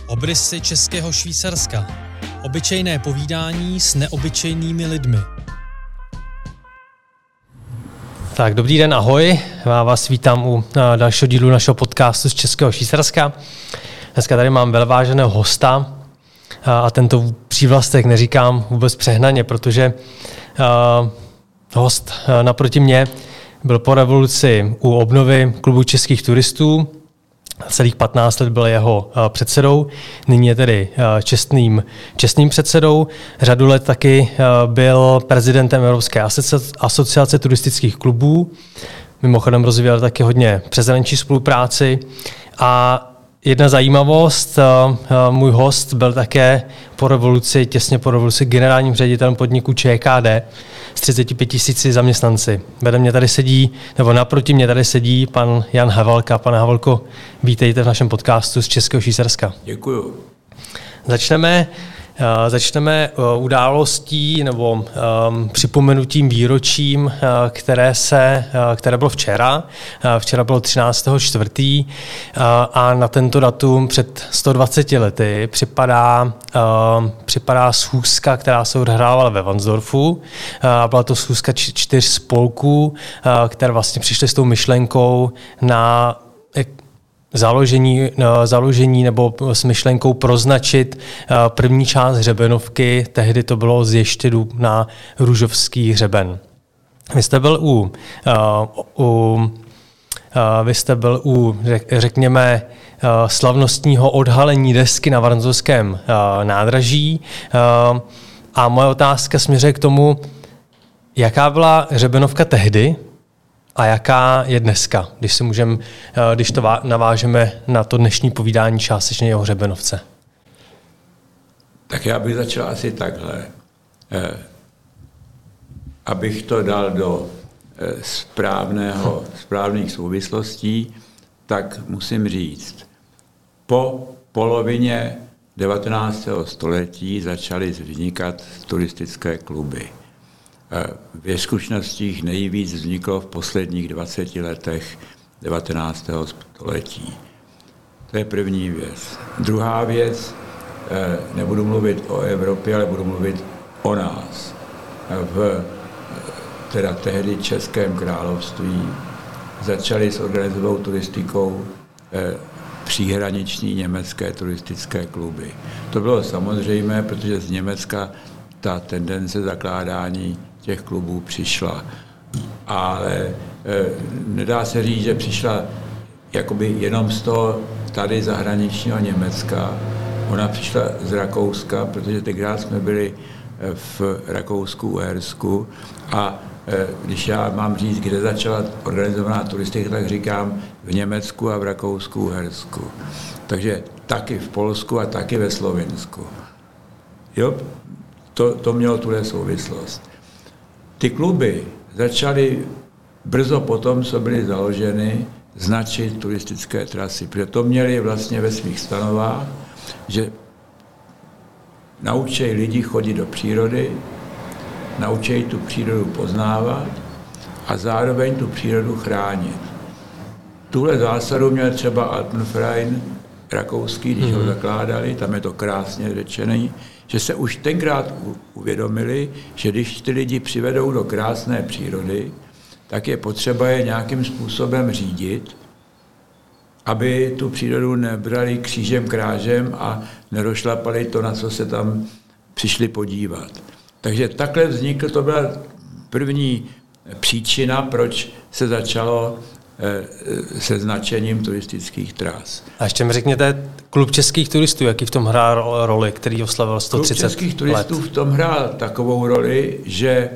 Obrysy Českého Švýcarska. Obyčejné povídání s neobyčejnými lidmi. Tak, dobrý den, ahoj. Já vás vítám u dalšího dílu našeho podcastu z Českého Švýcarska. Dneska tady mám velváženého hosta a tento přívlastek neříkám vůbec přehnaně, protože host naproti mě byl po revoluci u obnovy klubu českých turistů. Celých 15 let byl jeho předsedou, nyní je tedy čestným předsedou. Řadu let taky byl prezidentem Evropské asociace turistických klubů. Mimochodem rozvíjel taky hodně přeshraniční spolupráci. A jedna zajímavost, můj host byl také těsně po revoluci generálním ředitelem podniku ČKD s 35 000 zaměstnanci. Naproti mě tady sedí pan Jan Havelka. Pane Havelko, vítejte v našem podcastu z Českého Švýcarska. Děkuju. Začneme událostí nebo připomenutím výročím, které bylo včera. Včera bylo 13.4. A na tento datum před 120 lety připadá schůzka, která se odehrávala ve Varnsdorfu. Byla to schůzka 4 spolků, které vlastně přišly s tou myšlenkou na založení nebo s myšlenkou proznačit první část hřebenovky. Tehdy to bylo z Ještědu na Růžovský hřeben. Vy jste byl u řekněme, slavnostního odhalení desky na Varnsdorském nádraží. A moje otázka směřuje k tomu, jaká byla hřebenovka tehdy a jaká je dneska, když to navážeme na to dnešní povídání částečně o hřebenovce? Tak já bych začal asi takhle. Abych to dal do správných souvislostí, tak musím říct, po polovině 19. století začaly vznikat turistické kluby. Ve zkušenostích nejvíc vzniklo v posledních 20 letech 19. století. To je první věc. Druhá věc, nebudu mluvit o Evropě, ale budu mluvit o nás. Teda tehdy Českém království začaly s organizovanou turistikou příhraniční německé turistické kluby. To bylo samozřejmé, protože z Německa ta tendence zakládání těch klubů přišla. Ale nedá se říct, že přišla jakoby jenom z toho tady zahraničního Německa. Ona přišla z Rakouska, protože tenkrát jsme byli v Rakousku-Uhersku a když já mám říct, kde začala organizovaná turistika, tak říkám v Německu a v Rakousku-Uhersku. Takže taky v Polsku a taky ve Slovinsku. Jo? To mělo tuhle souvislost. Ty kluby začaly brzo potom, co byly založeny, značit turistické trasy, protože to měli vlastně ve svých stanovách, že naučí lidi chodit do přírody, naučí tu přírodu poznávat a zároveň tu přírodu chránit. Tuhle zásadu měl třeba Alpenverein rakouský, když ho zakládali, tam je to krásně řečený, že se už tenkrát uvědomili, že když ty lidi přivedou do krásné přírody, tak je potřeba je nějakým způsobem řídit, aby tu přírodu nebrali křížem krážem a nerošlapali to, na co se tam přišli podívat. Takže takhle vznikl, to byla první příčina, proč se začalo se značením turistických tras. A ještě mi řekněte, klub českých turistů, jaký v tom hrál roli, který oslavil 130 let? Klub českých turistů v tom hrál takovou roli, že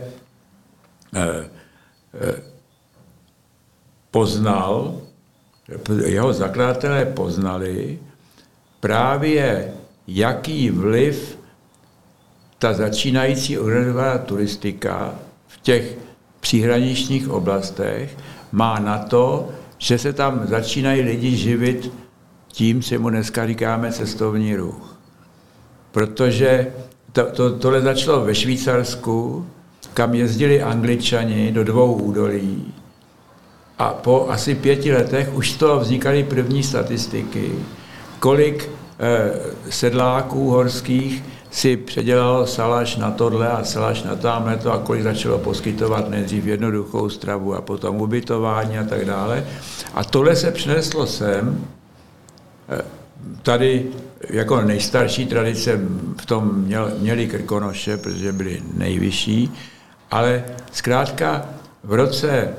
jeho zakladatelé poznali právě, jaký vliv ta začínající organizovaná turistika v těch příhraničních oblastech má na to, že se tam začínají lidi živit tím, čemu dneska říkáme cestovní ruch. Protože tohle začalo ve Švýcarsku, kam jezdili Angličani do 2 údolí a po asi 5 letech už z toho vznikaly první statistiky, kolik sedláků horských si předělalo salaš na tohle a salaš na tamhleto a kolik začalo poskytovat nejdřív jednoduchou stravu a potom ubytování a tak dále. A tohle se přineslo sem. Tady jako nejstarší tradice v tom měli Krkonoše, protože byli nejvyšší, ale zkrátka v roce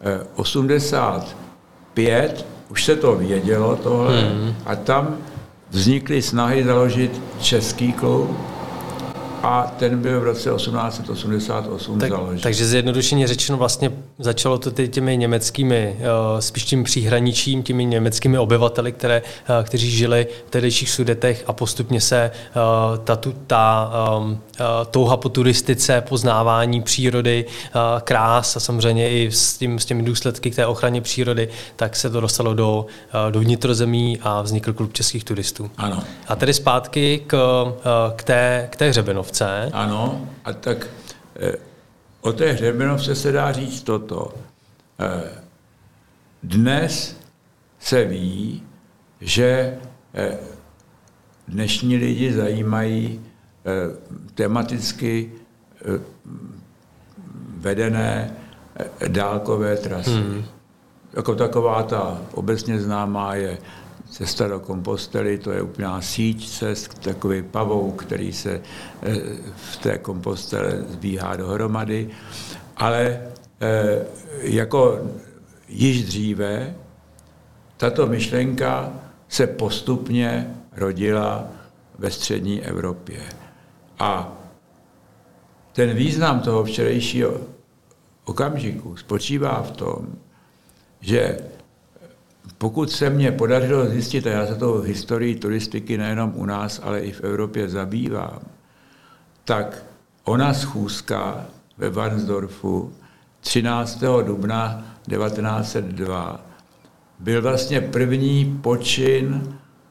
85 už se to vědělo tohle a tam vznikly snahy založit český klub a ten byl v roce 1888 založen. Takže zjednodušeně řečeno vlastně začalo to těmi německými, spíš tím příhraničím, těmi německými obyvateli, kteří žili v tehdejších Sudetech a postupně se ta touha po turistice, poznávání přírody, krás a samozřejmě i s těmi důsledky k té ochraně přírody, tak se to dostalo do vnitrozemí a vznikl klub českých turistů. Ano. A tedy zpátky k té hřebenovce. Ano, a tak o té hřebenovce se dá říct toto. Dnes se ví, že dnešní lidi zajímají tematicky vedené dálkové trasy. Jako taková ta obecně známá je cesta do Kompostely, to je úplná síť cest, takový pavouk, který se v té Kompostele zbíhá dohromady. Ale jako již dříve tato myšlenka se postupně rodila ve střední Evropě. A ten význam toho včerejšího okamžiku spočívá v tom, že pokud se mně podařilo zjistit, a já se tou historií turistiky nejenom u nás, ale i v Evropě zabývám, tak ona schůzka ve Varnsdorfu 13. dubna 1902 byl vlastně první počin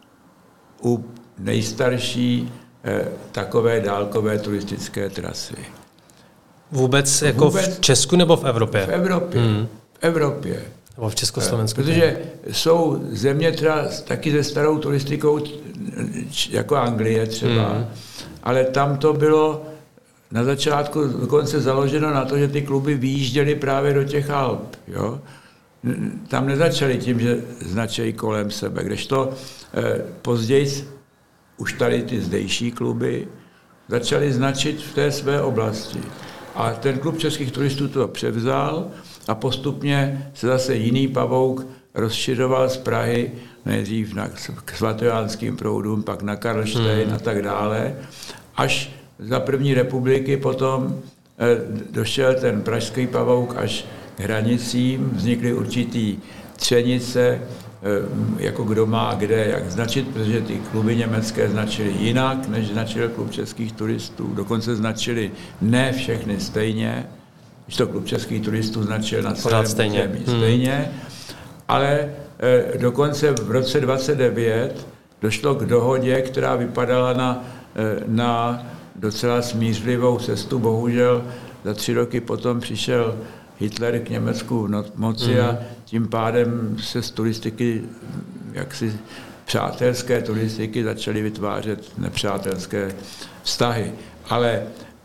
u nejstarší takové dálkové turistické trasy. Vůbec jako v Česku nebo v Evropě? V Evropě. V Evropě. Nebo v Československu. Protože jsou země třeba taky se starou turistikou, jako Anglie třeba, ale tam to bylo na začátku dokonce založeno na to, že ty kluby vyjížděly právě do těch Alp. Jo? Tam nezačali tím, že značejí kolem sebe, kdežto později už tady ty zdejší kluby začaly značit v té své oblasti. A ten klub českých turistů to převzal a postupně se zase jiný pavouk rozšiřoval z Prahy, nejdřív k svatojánským proudům, pak na Karlštejn a tak dále, až za první republiky potom došel ten pražský pavouk až k hranicím, vznikly určitý třenice, jako kdo má kde, jak značit, protože ty kluby německé značily jinak, než značil klub českých turistů. Dokonce značili ne všechny stejně, když to klub českých turistů značil na celém stejně, ale dokonce v roce 29 došlo k dohodě, která vypadala na docela smířlivou cestu. Bohužel za 3 roky potom přišel Hitler k Německu moci a tím pádem se z turistiky, jaksi přátelské turistiky, začaly vytvářet nepřátelské vztahy. Ale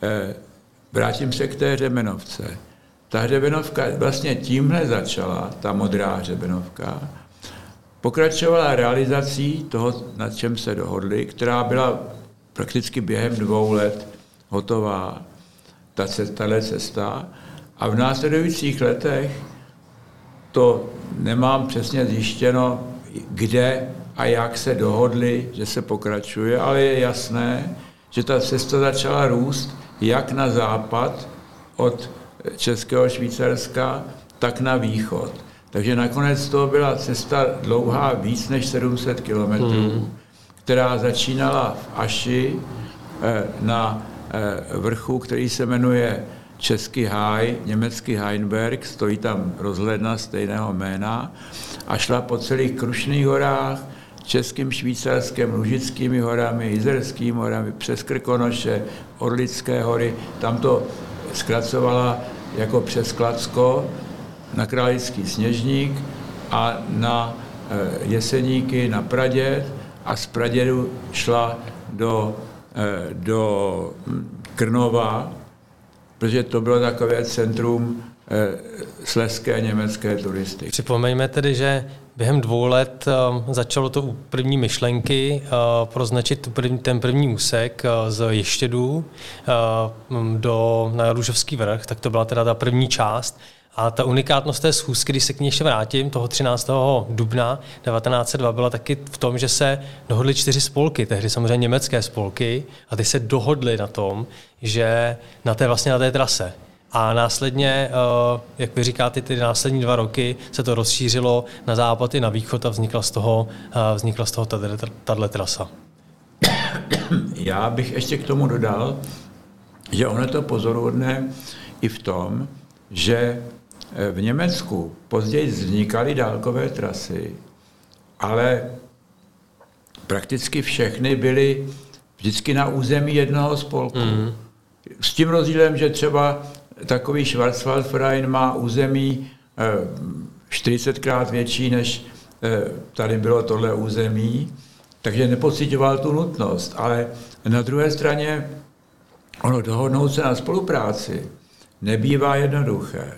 vrátím se k té hřebenovce. Ta hřebenovka vlastně tímhle začala, ta modrá hřebenovka, pokračovala realizací toho, na čem se dohodli, která byla prakticky během 2 let hotová, tahle cesta. A v následujících letech to nemám přesně zjištěno, kde a jak se dohodli, že se pokračuje, ale je jasné, že ta cesta začala růst jak na západ od Českého Švýcarska, tak na východ. Takže nakonec to byla cesta dlouhá víc než 700 kilometrů, která začínala v Aši na vrchu, který se jmenuje Český háj, německý Heinberg, stojí tam rozhledna stejného jména a šla po celých Krušných horách, Českým, Švýcarském, Lužickými horami, Jizerskými horami, přes Krkonoše, Orlické hory. Tam to zkracovala jako přes Kladsko na Králický Sněžník a na Jeseníky, na Praděd a z pradědu šla do Krnova, protože to bylo takové centrum slezské německé turistiky. Připomeňme tedy, že během 2 let začalo to u první myšlenky proznačit ten první úsek z Ještědů na Růžovský vrch, tak to byla teda ta první část. A ta unikátnost té schůzky, když se k ní ještě vrátím, toho 13. dubna 1902 byla taky v tom, že se dohodly 4 spolky, tehdy samozřejmě německé spolky, a ty se dohodly na tom, že na té trase. A následně, jak vy říkáte, ty následní 2 roky se to rozšířilo na západ i na východ a vznikla z toho tato trasa. Já bych ještě k tomu dodal, že ono je to pozoruhodné i v tom, že v Německu později vznikaly dálkové trasy, ale prakticky všechny byly vždycky na území jednoho spolku. S tím rozdílem, že třeba takový Schwarzwaldverein má území 40krát větší, než tady bylo tohle území, takže nepocitoval tu nutnost. Ale na druhé straně ono dohodnout se na spolupráci nebývá jednoduché.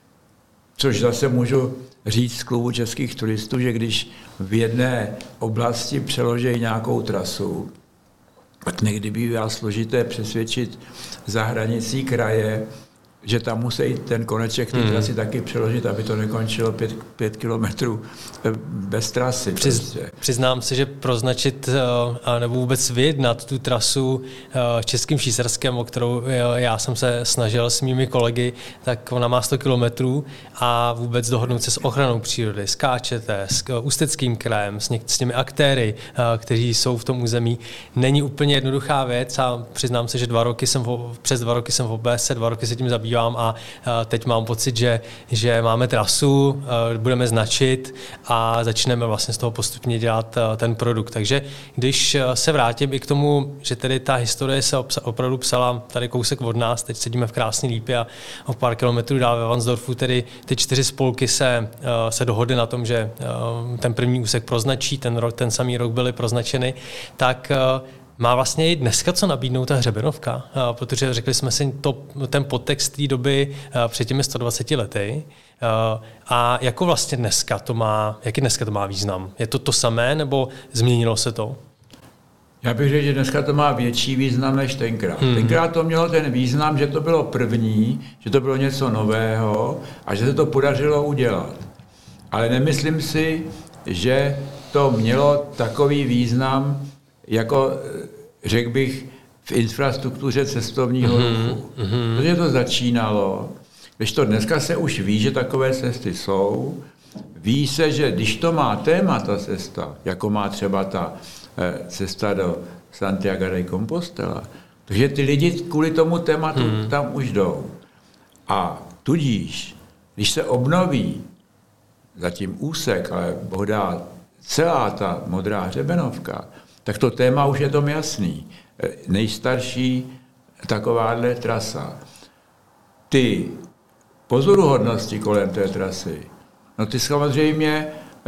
Což zase můžu říct z klubu českých turistů, že když v jedné oblasti přeloží nějakou trasu, tak někdy bývá složité přesvědčit za hranicí kraje, že tam musí ten koneček té trasy taky přeložit, aby to nekončilo 5 kilometrů bez trasy. Přiznám se, že proznačit nebo vůbec vyjednat tu trasu Českým Švýcarskem, o kterou já jsem se snažil s mými kolegy, tak ona má 100 kilometrů a vůbec dohodnout se s ochranou přírody, s KČT, s Ústeckým krajem, s těmi aktéry, kteří jsou v tom území, není úplně jednoduchá věc a přiznám se, že přes 2 roky jsem v OBS, 2 roky se tím zabývám a teď mám pocit, že máme trasu, budeme značit a začneme vlastně z toho postupně dělat ten produkt. Takže když se vrátím i k tomu, že tedy ta historie se opravdu psala tady kousek od nás, teď sedíme v Krásné Lípě a o pár kilometrů dál ve Vansdorfu, tedy ty 4 spolky se dohodly na tom, že ten první úsek proznačí, ten samý rok byly proznačeny, tak má vlastně i dneska co nabídnout ta hřebenovka, protože řekli jsme si ten podtext té doby před těmi 120 lety. A jako vlastně jaký dneska to má význam? Je to samé, nebo změnilo se to? Já bych řekl, že dneska to má větší význam než tenkrát. Tenkrát to mělo ten význam, že to bylo první, že to bylo něco nového a že se to podařilo udělat. Ale nemyslím si, že to mělo takový význam, jako řekl bych, v infrastruktuře cestovního ruchu. Protože to začínalo, když to dneska se už ví, že takové cesty jsou, ví se, že když to má téma ta cesta, jako má třeba ta cesta do Santiago de Compostela, takže ty lidi kvůli tomu tématu tam už jdou. A tudíž, když se obnoví zatím úsek, ale Boh dá celá ta modrá hřebenovka, tak to téma už je tom jasný. Nejstarší takováhle trasa. Ty pozoruhodnosti kolem té trasy, no ty samozřejmě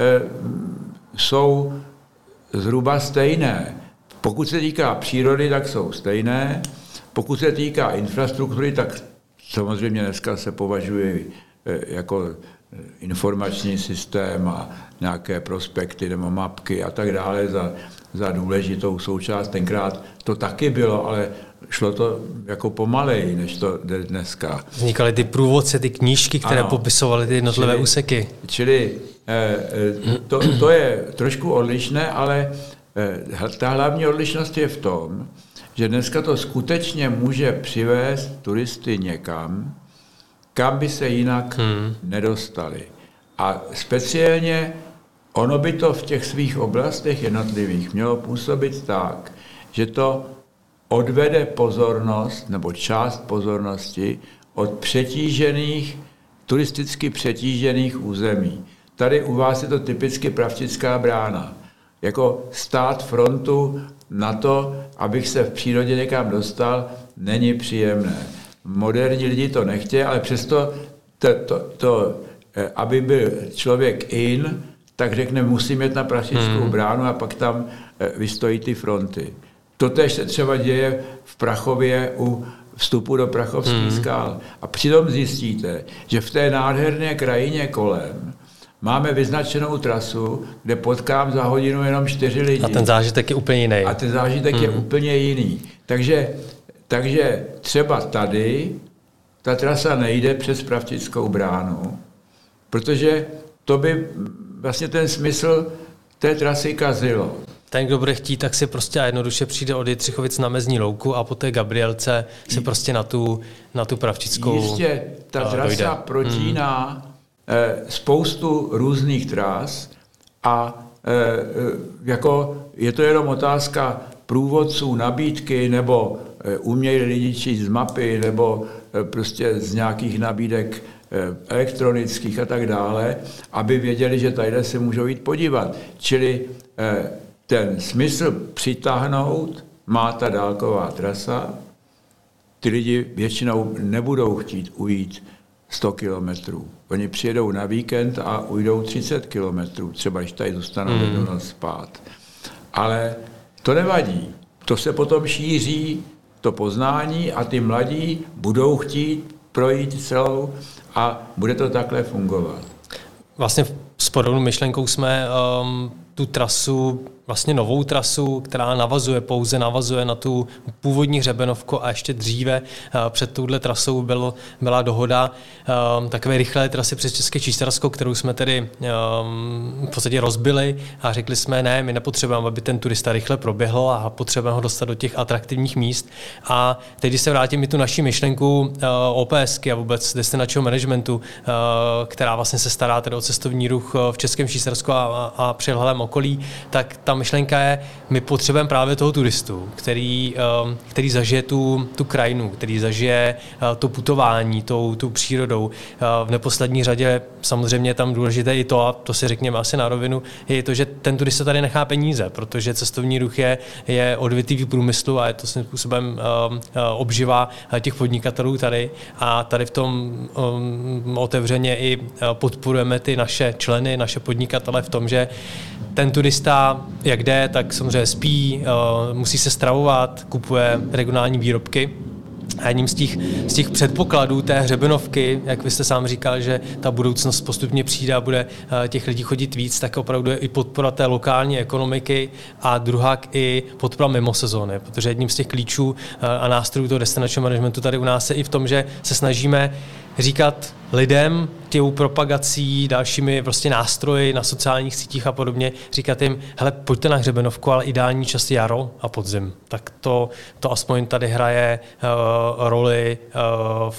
jsou zhruba stejné. Pokud se týká přírody, tak jsou stejné. Pokud se týká infrastruktury, tak samozřejmě dneska se považuje jako informační systém a nějaké prospekty nebo mapky a tak dále za důležitou součást. Tenkrát to taky bylo, ale šlo to jako pomaleji, než to jde dneska. Vznikaly ty průvodce, ty knížky, které popisovaly ty jednotlivé úseky. Čili to je trošku odlišné, ale ta hlavní odlišnost je v tom, že dneska to skutečně může přivést turisty někam, kam by se jinak nedostali. A speciálně ono by to v těch svých oblastech jednotlivých mělo působit tak, že to odvede pozornost nebo část pozornosti od turisticky přetížených území. Tady u vás je to typicky Pravčická brána. Jako stát frontu na to, abych se v přírodě někam dostal, není příjemné. Moderní lidi to nechtějí, ale přesto aby byl člověk in, tak řekne, musím jet na Pražskou bránu a pak tam vystojí ty fronty. Totéž se třeba děje v Prachově u vstupu do Prachovských skál. A přitom zjistíte, že v té nádherné krajině kolem máme vyznačenou trasu, kde potkám za hodinu jenom 4 lidi. A ten zážitek je úplně jiný. A ten zážitek je úplně jiný. Takže třeba tady ta trasa nejde přes Pravčickou bránu, protože to by vlastně ten smysl té trasy kazilo. Ten, kdo bude chtít, tak si prostě a jednoduše přijde od Jitřichovic na Mezní louku a po té Gabrielce si prostě na tu Pravčickou Jistě, ta trasa dojde. Protíná spoustu různých tras a jako je to jenom otázka průvodců, nabídky, nebo umějí lidi číst z mapy, nebo prostě z nějakých nabídek elektronických a tak dále, aby věděli, že tady se můžou jít podívat. Čili ten smysl přitáhnout má ta dálková trasa. Ty lidi většinou nebudou chtít ujít 100 kilometrů. Oni přijedou na víkend a ujdou 30 kilometrů, třeba když tady zůstanou jednu noc spát. Ale to nevadí. To se potom šíří, to poznání a ty mladí budou chtít projít celou a bude to takhle fungovat. Vlastně s podobnou myšlenkou jsme tu trasu, vlastně novou trasu, která navazuje na tu původní hřebenovku a ještě dříve před touhle trasou byla dohoda takové rychlé trasy přes České Švýcarsko, kterou jsme tedy v podstatě rozbili a řekli jsme, ne, my nepotřebujeme, aby ten turista rychle proběhl a potřebujeme ho dostat do těch atraktivních míst. A teď, když se vrátím i tu naši myšlenku OPSky a vůbec destinačního managementu, která vlastně se stará tedy o cestovní ruch v Českém Švýcarsku a přilehlém okolí, tak ta myšlenka je, my potřebujeme právě toho turistu, který zažije tu krajinu, který zažije to putování, tu přírodou. V neposlední řadě samozřejmě je tam důležité i to, a to si řekněme asi na rovinu, je to, že ten turista tady nechá peníze, protože cestovní ruch je odvětví průmyslu a je to svým způsobem obživa těch podnikatelů tady. A tady v tom otevřeně i podporujeme ty naše členy, naše podnikatele v tom, že ten turista, jak jde, tak samozřejmě spí, musí se stravovat, kupuje regionální výrobky. A jedním z těch předpokladů té hřebenovky, jak vy jste sám říkal, že ta budoucnost postupně přijde a bude těch lidí chodit víc, tak opravdu je i podpora té lokální ekonomiky a druhák i podpora mimo sezóny, protože jedním z těch klíčů a nástrojů toho destinačního managementu tady u nás je i v tom, že se snažíme říkat lidem těm propagací, dalšími prostě nástroji na sociálních sítích a podobně, říkat jim, hele, pojďte na hřebenovku, ale ideální čas je jaro a podzim. Tak to aspoň tady hraje roli v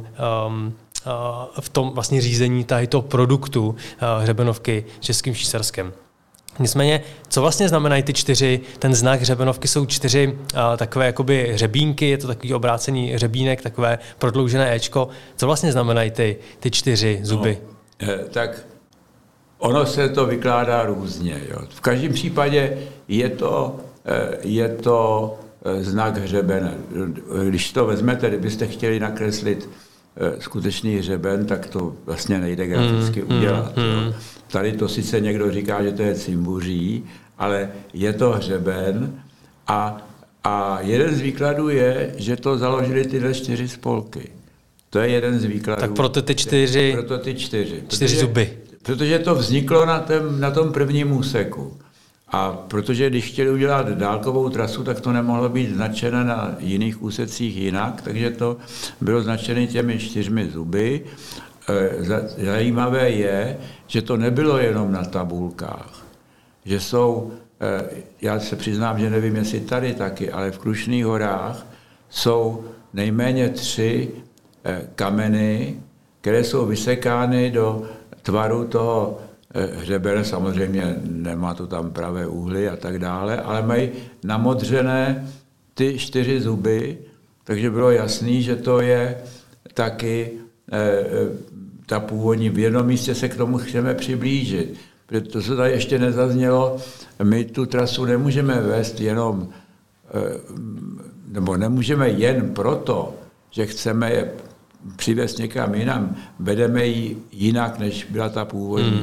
tom vlastně řízení toho produktu hřebenovky Českým Švýcarskem. Nicméně, co vlastně znamenají ty 4, ten znak hřebenovky jsou 4 takové jakoby hřebínky, je to takový obrácený hřebínek, takové prodloužené éčko. Co vlastně znamenají ty 4 zuby? No, tak ono se to vykládá různě. Jo. V každém případě je to znak hřebene. Když to vezmete, kdybyste chtěli nakreslit skutečný hřeben, tak to vlastně nejde graficky udělat. Jo. Tady to sice někdo říká, že to je cimbuří, ale je to hřeben a jeden z výkladů je, že to založili tyhle 4 spolky. To je jeden z výkladů. Tak proto ty 4 zuby. Protože to vzniklo na tom prvním úseku. A protože když chtěli udělat dálkovou trasu, tak to nemohlo být značeno na jiných úsecích jinak, takže to bylo značené těmi 4 zuby. Zajímavé je, že to nebylo jenom na tabulkách, že jsou, já se přiznám, že nevím, jestli tady taky, ale v Krušných horách jsou nejméně 3 kameny, které jsou vysekány do tvaru toho hřebene, samozřejmě nemá to tam pravé úhly a tak dále, ale mají namodřené ty 4 zuby, takže bylo jasný, že to je taky ta původní. V jednom místě se k tomu chceme přiblížit, protože to se tady ještě nezaznělo, my tu trasu nemůžeme vést jenom, nebo nemůžeme jen proto, že chceme je přivést někam jinam, vedeme ji jinak, než byla ta původní.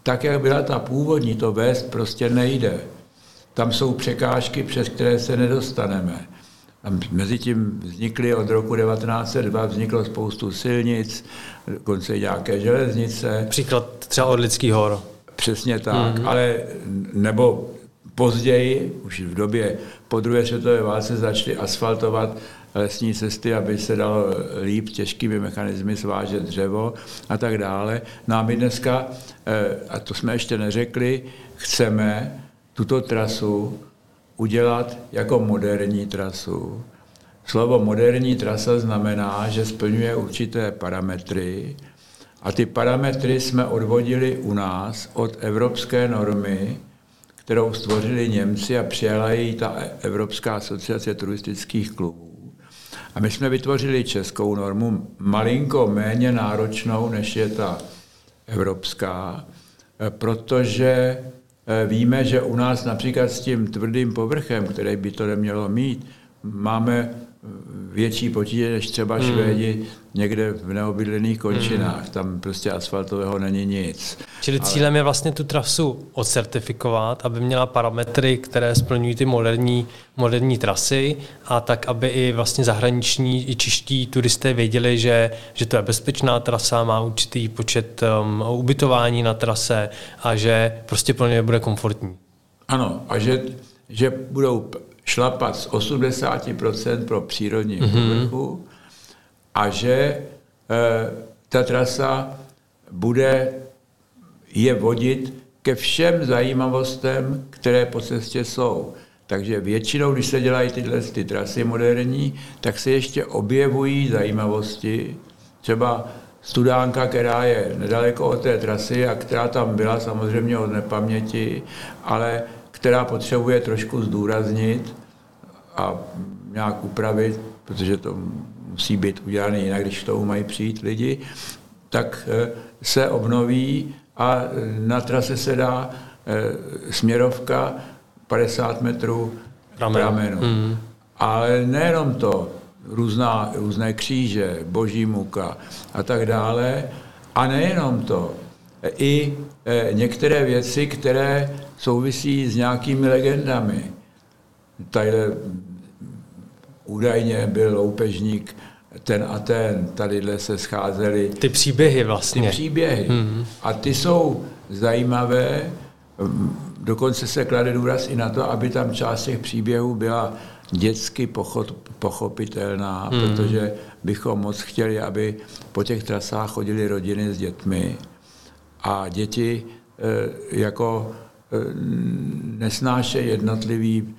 tak, jak byla ta původní, to vést prostě nejde. Tam jsou překážky, přes které se nedostaneme. Mezitím vznikly od roku 1902 vzniklo spoustu silnic, dokonce nějaké železnice. Příklad třeba Orlický hor. Přesně tak, ale nebo později, už v době po druhé světové válce začaly asfaltovat lesní cesty, aby se dalo líp těžkými mechanismy svážet dřevo a tak dále. No a my dneska, a to jsme ještě neřekli, chceme tuto trasu udělat jako moderní trasu. Slovo moderní trasa znamená, že splňuje určité parametry a ty parametry jsme odvodili u nás od evropské normy, kterou stvořili Němci a přijala ji ta Evropská asociace turistických klubů. A my jsme vytvořili českou normu, malinko méně náročnou, než je ta evropská, protože víme, že u nás například s tím tvrdým povrchem, který by to nemělo mít, máme větší potíže než třeba Švédi někde v neobydlených končinách. Tam prostě asfaltového není nic. Čili cílem je vlastně tu trasu odcertifikovat, aby měla parametry, které splňují ty moderní trasy a tak, aby i vlastně zahraniční i čeští turisté věděli, že to je bezpečná trasa, má určitý počet ubytování na trase a že prostě pro ně bude komfortní. Ano, a že budou šlapat z 80% pro přírodní povrchu a že ta trasa bude je vodit ke všem zajímavostem, které po cestě jsou. Takže většinou, když se dělají ty trasy moderní, tak se ještě objevují zajímavosti. Třeba Studánka, která je nedaleko od té trasy a která tam byla samozřejmě od nepaměti, ale která potřebuje trošku zdůraznit a nějak upravit, protože to musí být udělané jinak, když k tomu mají přijít lidi, tak se obnoví a na trase se dá směrovka 50 metrů pramenu. Ale nejenom to, různé kříže, boží muka a tak dále. A nejenom to, i některé věci, které souvisí s nějakými legendami. Tadyhle údajně byl loupežník ten a ten, tadyhle se scházeli. Ty příběhy vlastně. Ty příběhy. A ty jsou zajímavé, dokonce se klade důraz i na to, aby tam část těch příběhů byla dětsky pochopitelná, protože bychom moc chtěli, aby po těch trasách chodily rodiny s dětmi a děti jako nesnášejí jednotlivý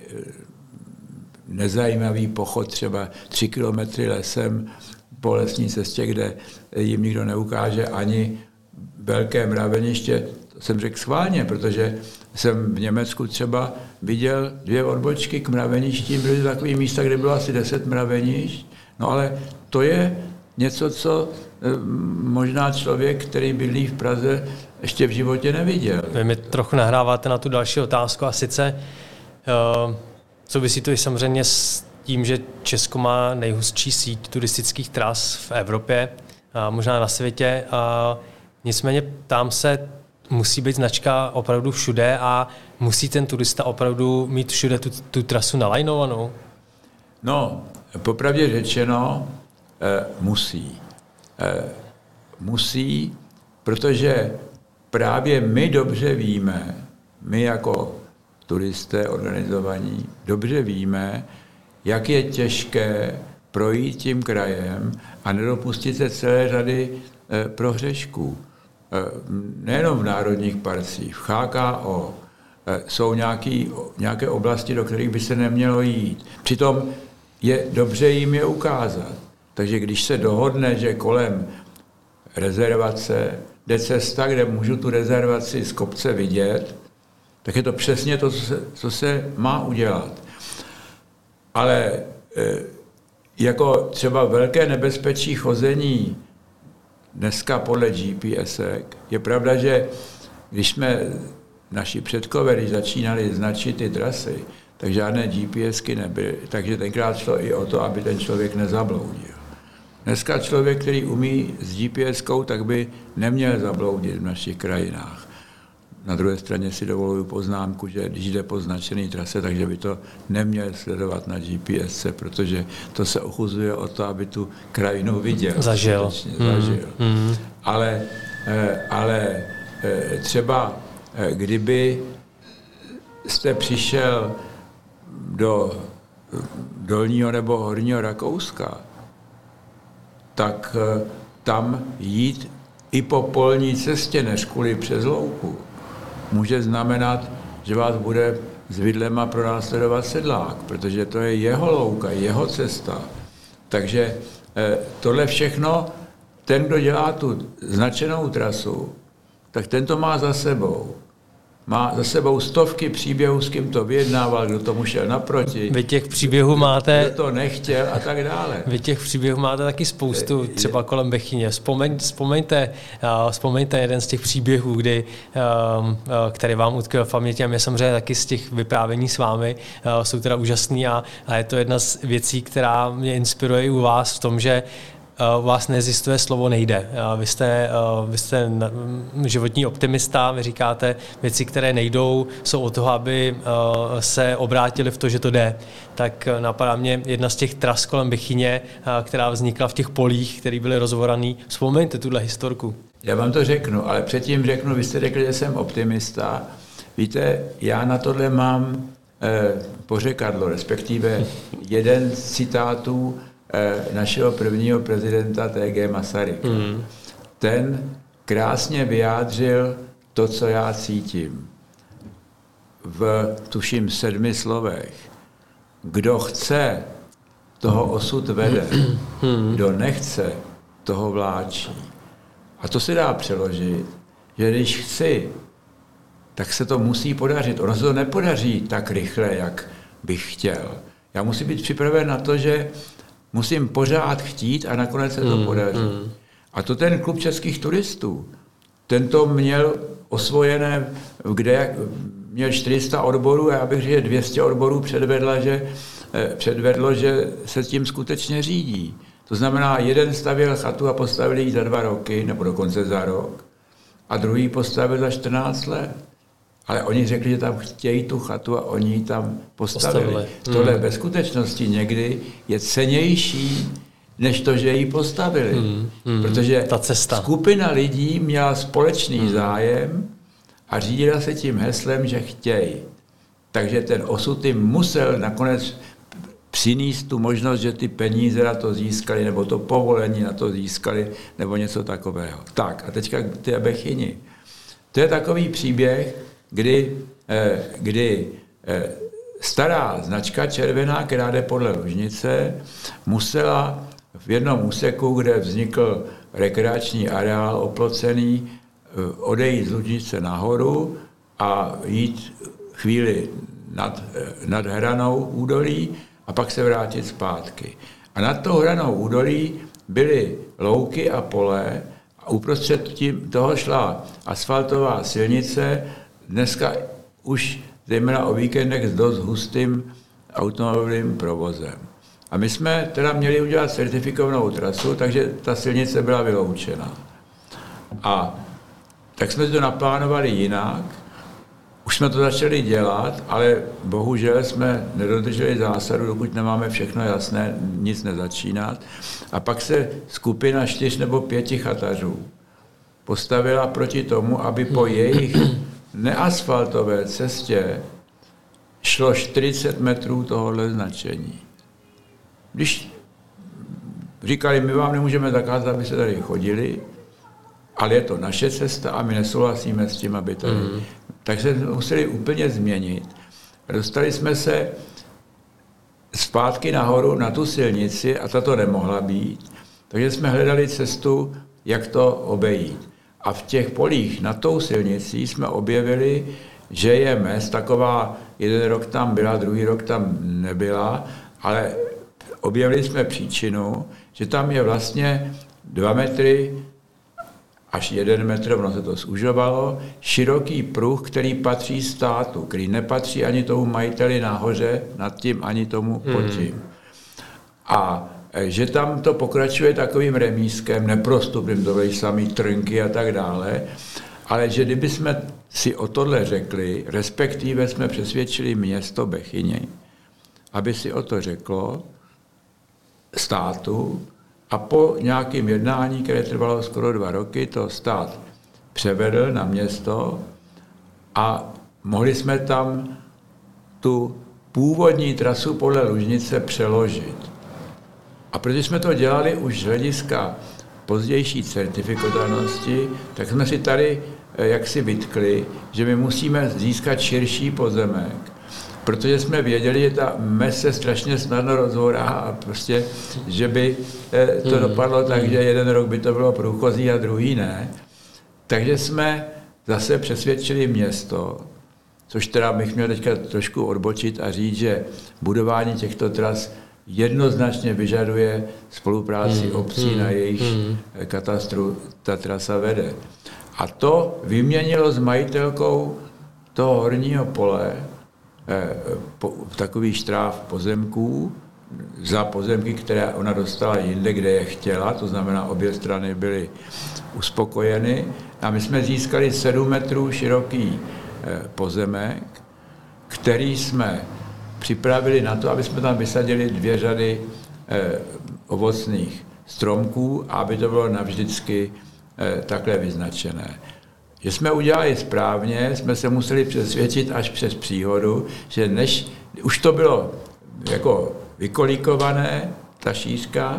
nezajímavý pochod třeba 3 kilometry lesem po lesní cestě, kde jim nikdo neukáže ani velké mraveniště. To jsem řekl schválně, protože jsem v Německu třeba viděl 2 odbočky k mraveništím, byly takové místa, kde bylo asi 10 mravenišť. No ale to je něco, co možná člověk, který bydlí v Praze, ještě v životě neviděl. Vy mi trochu nahráváte na tu další otázku a sice souvisí to i samozřejmě s tím, že Česko má nejhustší síť turistických tras v Evropě, a možná na světě. A nicméně ptám se, musí být značka opravdu všude a musí ten turista opravdu mít všude tu trasu nalajnovanou? No, popravdě řečeno, musí. Musí, protože právě my dobře víme, my jako turisté organizovaní, dobře víme, jak je těžké projít tím krajem a nedopustit se celé řady prohřešků. Nejenom v národních parcích, v HKO jsou nějaké oblasti, do kterých by se nemělo jít. Přitom je dobře jim je ukázat. Takže když se dohodne, že kolem rezervace jde cesta, kde můžu tu rezervaci z kopce vidět, tak je to přesně to, co se má udělat. Ale jako třeba velké nebezpečí chození dneska podle GPSek, je pravda, že když jsme naši předkové, když začínali značit ty trasy, tak žádné GPSky nebyly, takže tenkrát šlo i o to, aby ten člověk nezabloudil. Dneska člověk, který umí s GPSkou, tak by neměl zabloudit v našich krajinách. Na druhé straně si dovoluji poznámku, že když jde po značený trase, takže by to neměl sledovat na GPS, protože to se ochuzuje o to, aby tu krajinu viděl. Zažil. Ale třeba kdyby jste přišel do Dolního nebo Horního Rakouska, tak tam jít i po polní cestě, než kvůli přes louku, může znamenat, že vás bude s vidlema pronásledovat sedlák, protože to je jeho louka, jeho cesta. Takže tohle všechno, ten, kdo dělá tu značenou trasu, tak ten to má za sebou. Má za sebou stovky příběhů, s kým to vyjednával, kdo tomu šel naproti. Vy těch příběhů máte... Kdo to nechtěl a tak dále. Vy těch příběhů máte taky spoustu, třeba kolem Bechyně. Vzpomeňte jeden z těch příběhů, který vám utkvěl v paměti, a mě samozřejmě taky z těch vyprávění s vámi jsou teda úžasný a je to jedna z věcí, která mě inspiruje i u vás v tom, že u vás neexistuje slovo nejde. Vy jste životní optimista, vy říkáte, věci, které nejdou, jsou od toho, aby se obrátili v to, že to jde. Tak napadá mě jedna z těch tras kolem Bechyně, která vznikla v těch polích, které byly rozvoraný. Vzpomeňte tuhle historku. Já vám to řeknu, ale předtím řeknu, vy jste řekli, že jsem optimista. Víte, já na tohle mám pořekadlo, respektive jeden z citátů našeho prvního prezidenta T.G. Masaryka. Ten krásně vyjádřil to, co já cítím. V, tuším, 7 slovech. Kdo chce, toho osud vede. Kdo nechce, toho vláčí. A to se dá přeložit, že když chci, tak se to musí podařit. Ono se to nepodaří tak rychle, jak bych chtěl. Já musím být připraven na to, že musím pořád chtít a nakonec se to podaří. A to ten klub českých turistů, ten to měl osvojené, kde měl 400 odborů a já bych řekl, že 200 odborů předvedlo, že se tím skutečně řídí. To znamená, jeden stavěl chatu a postavil ji za 2 roky, nebo dokonce za rok, a druhý postavil za 14 let. Ale oni řekli, že tam chtějí tu chatu a oni ji tam postavili. Tohle ve skutečnosti někdy je cennější, než to, že ji postavili. Protože ta cesta. Skupina lidí měla společný zájem a řídila se tím heslem, že chtějí. Takže ten osud jim musel nakonec přinést tu možnost, že ty peníze na to získali, nebo to povolení na to získali, nebo něco takového. Tak, a teďka k té Bechyni. To je takový příběh, kdy stará značka červená, která jde podle Lužnice, musela v jednom úseku, kde vznikl rekreační areál oplocený, odejít z Lužnice nahoru a jít chvíli nad hranou údolí a pak se vrátit zpátky. A nad tou hranou údolí byly louky a pole a uprostřed toho šla asfaltová silnice, dneska už zejména o víkendech s dost hustým automobilovým provozem. A my jsme teda měli udělat certifikovanou trasu, takže ta silnice byla vyloučena. A tak jsme to naplánovali jinak. Už jsme to začali dělat, ale bohužel jsme nedodrželi zásadu, dokud nemáme všechno jasné, nic nezačínat. A pak se skupina 4 nebo 5 chatařů postavila proti tomu, aby po jejich neasfaltové cestě šlo 40 metrů tohohle značení. Když říkali, my vám nemůžeme zakázat, aby se tady chodili, ale je to naše cesta a my nesouhlasíme s tím, aby tady. Takže jsme museli úplně změnit. Dostali jsme se zpátky nahoru na tu silnici a tato nemohla být. Takže jsme hledali cestu, jak to obejít. A v těch polích nad tou silnicí jsme objevili, že je mez taková, jeden rok tam byla, druhý rok tam nebyla, ale objevili jsme příčinu, že tam je vlastně 2 metry až 1 metr, ono se to zužovalo, široký pruh, který patří státu, který nepatří ani tomu majiteli nahoře, nad tím, ani tomu pod tím. A že tam to pokračuje takovým remízkem, neprostupným, to byly samý trnky a tak dále. Ale že kdyby jsme si o tohle řekli, respektive jsme přesvědčili město Bechyně, aby si o to řeklo státu, a po nějakém jednání, které trvalo skoro 2 roky, to stát převedl na město a mohli jsme tam tu původní trasu podle Lužnice přeložit. A protože jsme to dělali už z hlediska pozdější certifikovatelnosti, tak jsme si tady jaksi vytkli, že my musíme získat širší pozemek, protože jsme věděli, že ta mez se strašně snadno rozhourá a prostě, že by to dopadlo tak, že jeden rok by to bylo průchozí a druhý ne. Takže jsme zase přesvědčili město, což teda bych měl teďka trošku odbočit a říct, že budování těchto tras jednoznačně vyžaduje spolupráci obcí, na jejich katastru ta trasa vede. A to vyměnilo s majitelkou toho horního pole takový štráv pozemků za pozemky, které ona dostala jinde, kde je chtěla, to znamená, obě strany byly uspokojeny. A my jsme získali 7 metrů široký pozemek, který jsme připravili na to, aby jsme tam vysadili 2 řady ovocných stromků a aby to bylo navždycky takhle vyznačené. Že jsme udělali správně, jsme se museli přesvědčit až přes příhodu, že než už to bylo jako vykolíkované, ta šířka,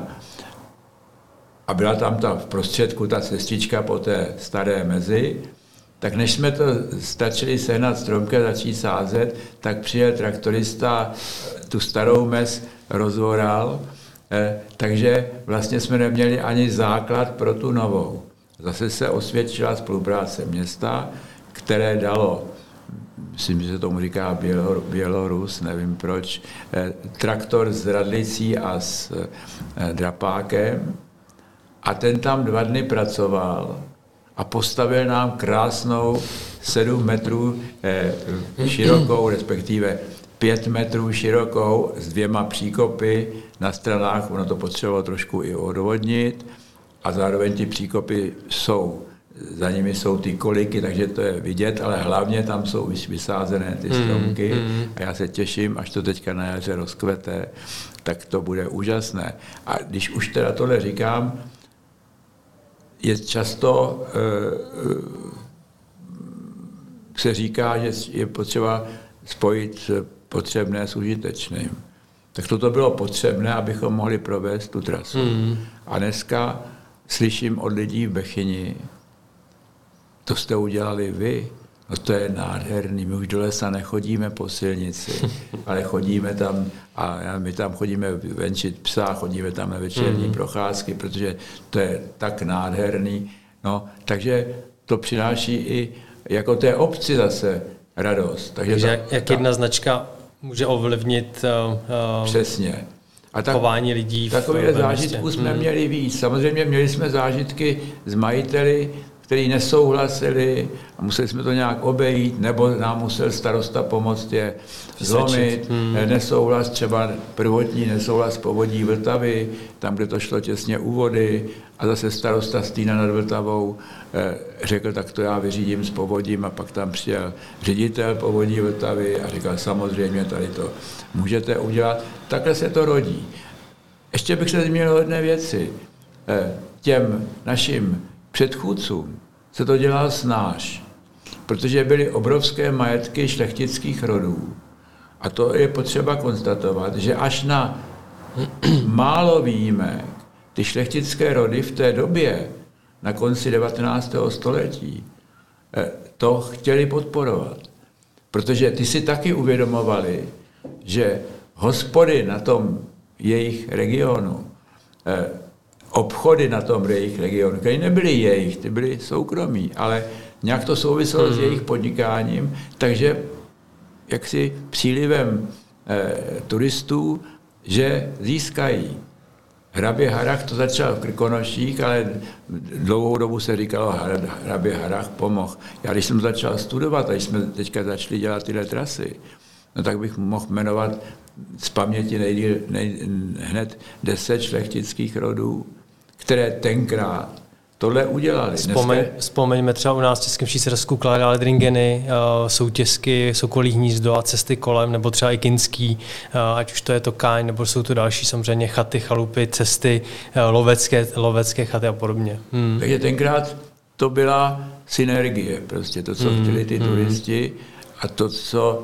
a byla tam v prostředku ta cestička po té staré mezi, tak než jsme to stačili sehnat stromky a začít sázet, tak přijel traktorista, tu starou mez rozvoral, takže vlastně jsme neměli ani základ pro tu novou. Zase se osvědčila spolupráce města, které dalo, myslím, že se tomu říká Bělorus, nevím proč, traktor s radlicí a s drapákem, a ten tam 2 dny pracoval a postavil nám krásnou 7 metrů širokou, respektive 5 metrů širokou s 2 příkopy na stranách, ono to potřebovalo trošku i odvodnit, a zároveň ty příkopy za nimi jsou ty koliky, takže to je vidět, ale hlavně tam jsou vysázené ty stromky a já se těším, až to teďka na jaře rozkvete, tak to bude úžasné. A když už teda tohle říkám, je často se říká, že je potřeba spojit potřebné s užitečným. Tak toto bylo potřebné, abychom mohli provést tu trasu. A dneska slyším od lidí v Bechyni, to jste udělali vy, no to je nádherný, my už do lesa nechodíme po silnici, ale chodíme tam a my tam chodíme venčit psa, chodíme tam na večerní procházky, protože to je tak nádherný. No, takže to přináší i jako té obci zase radost. Takže jak jedna značka může ovlivnit přesně. A chování lidí. Takové zážitků jsme měli víc. Samozřejmě měli jsme zážitky s majiteli, kteří nesouhlasili a museli jsme to nějak obejít, nebo nám musel starosta pomoct je zlomit. Nesouhlas, třeba prvotní nesouhlas povodí Vltavy, tam, kde to šlo těsně u vody, a zase starosta Stýna nad Vltavou řekl, tak to já vyřídím s povodím, a pak tam přijel ředitel povodí Vltavy a říkal, samozřejmě tady to můžete udělat. Takhle se to rodí. Ještě bych se zmínil o jedné věci. Těm našim předchůdcům se to dělal snáš, protože byly obrovské majetky šlechtických rodů. A to je potřeba konstatovat, že až na málo výjimek ty šlechtické rody v té době, na konci 19. století, to chtěli podporovat. Protože ty si taky uvědomovali, že hospody na tom jejich regionu, obchody na tom jejich regionu, které nebyly jejich, ty byly soukromí, ale nějak to souviselo s jejich podnikáním, takže jaksi přílivem turistů, že získají. Hrabě Harrach to začal v Krkonoších, ale dlouhou dobu se říkalo, hrabě Harrach pomohl. Já když jsem začal studovat, a když jsme teďka začali dělat tyhle trasy, no tak bych mohl jmenovat z paměti hned 10 šlechtických rodů, které tenkrát tohle udělali. Vzpomeňme třeba u nás v Českém Švýcarsku Klaraldringeny, soutězky, Sokolí hnízdo a cesty kolem, nebo třeba i Kinský, ať už to je Tokáň, nebo jsou to další samozřejmě chaty, chalupy, cesty, lovecké chaty a podobně. Takže tenkrát to byla synergie, prostě to, co chtěli ty turisti a to, co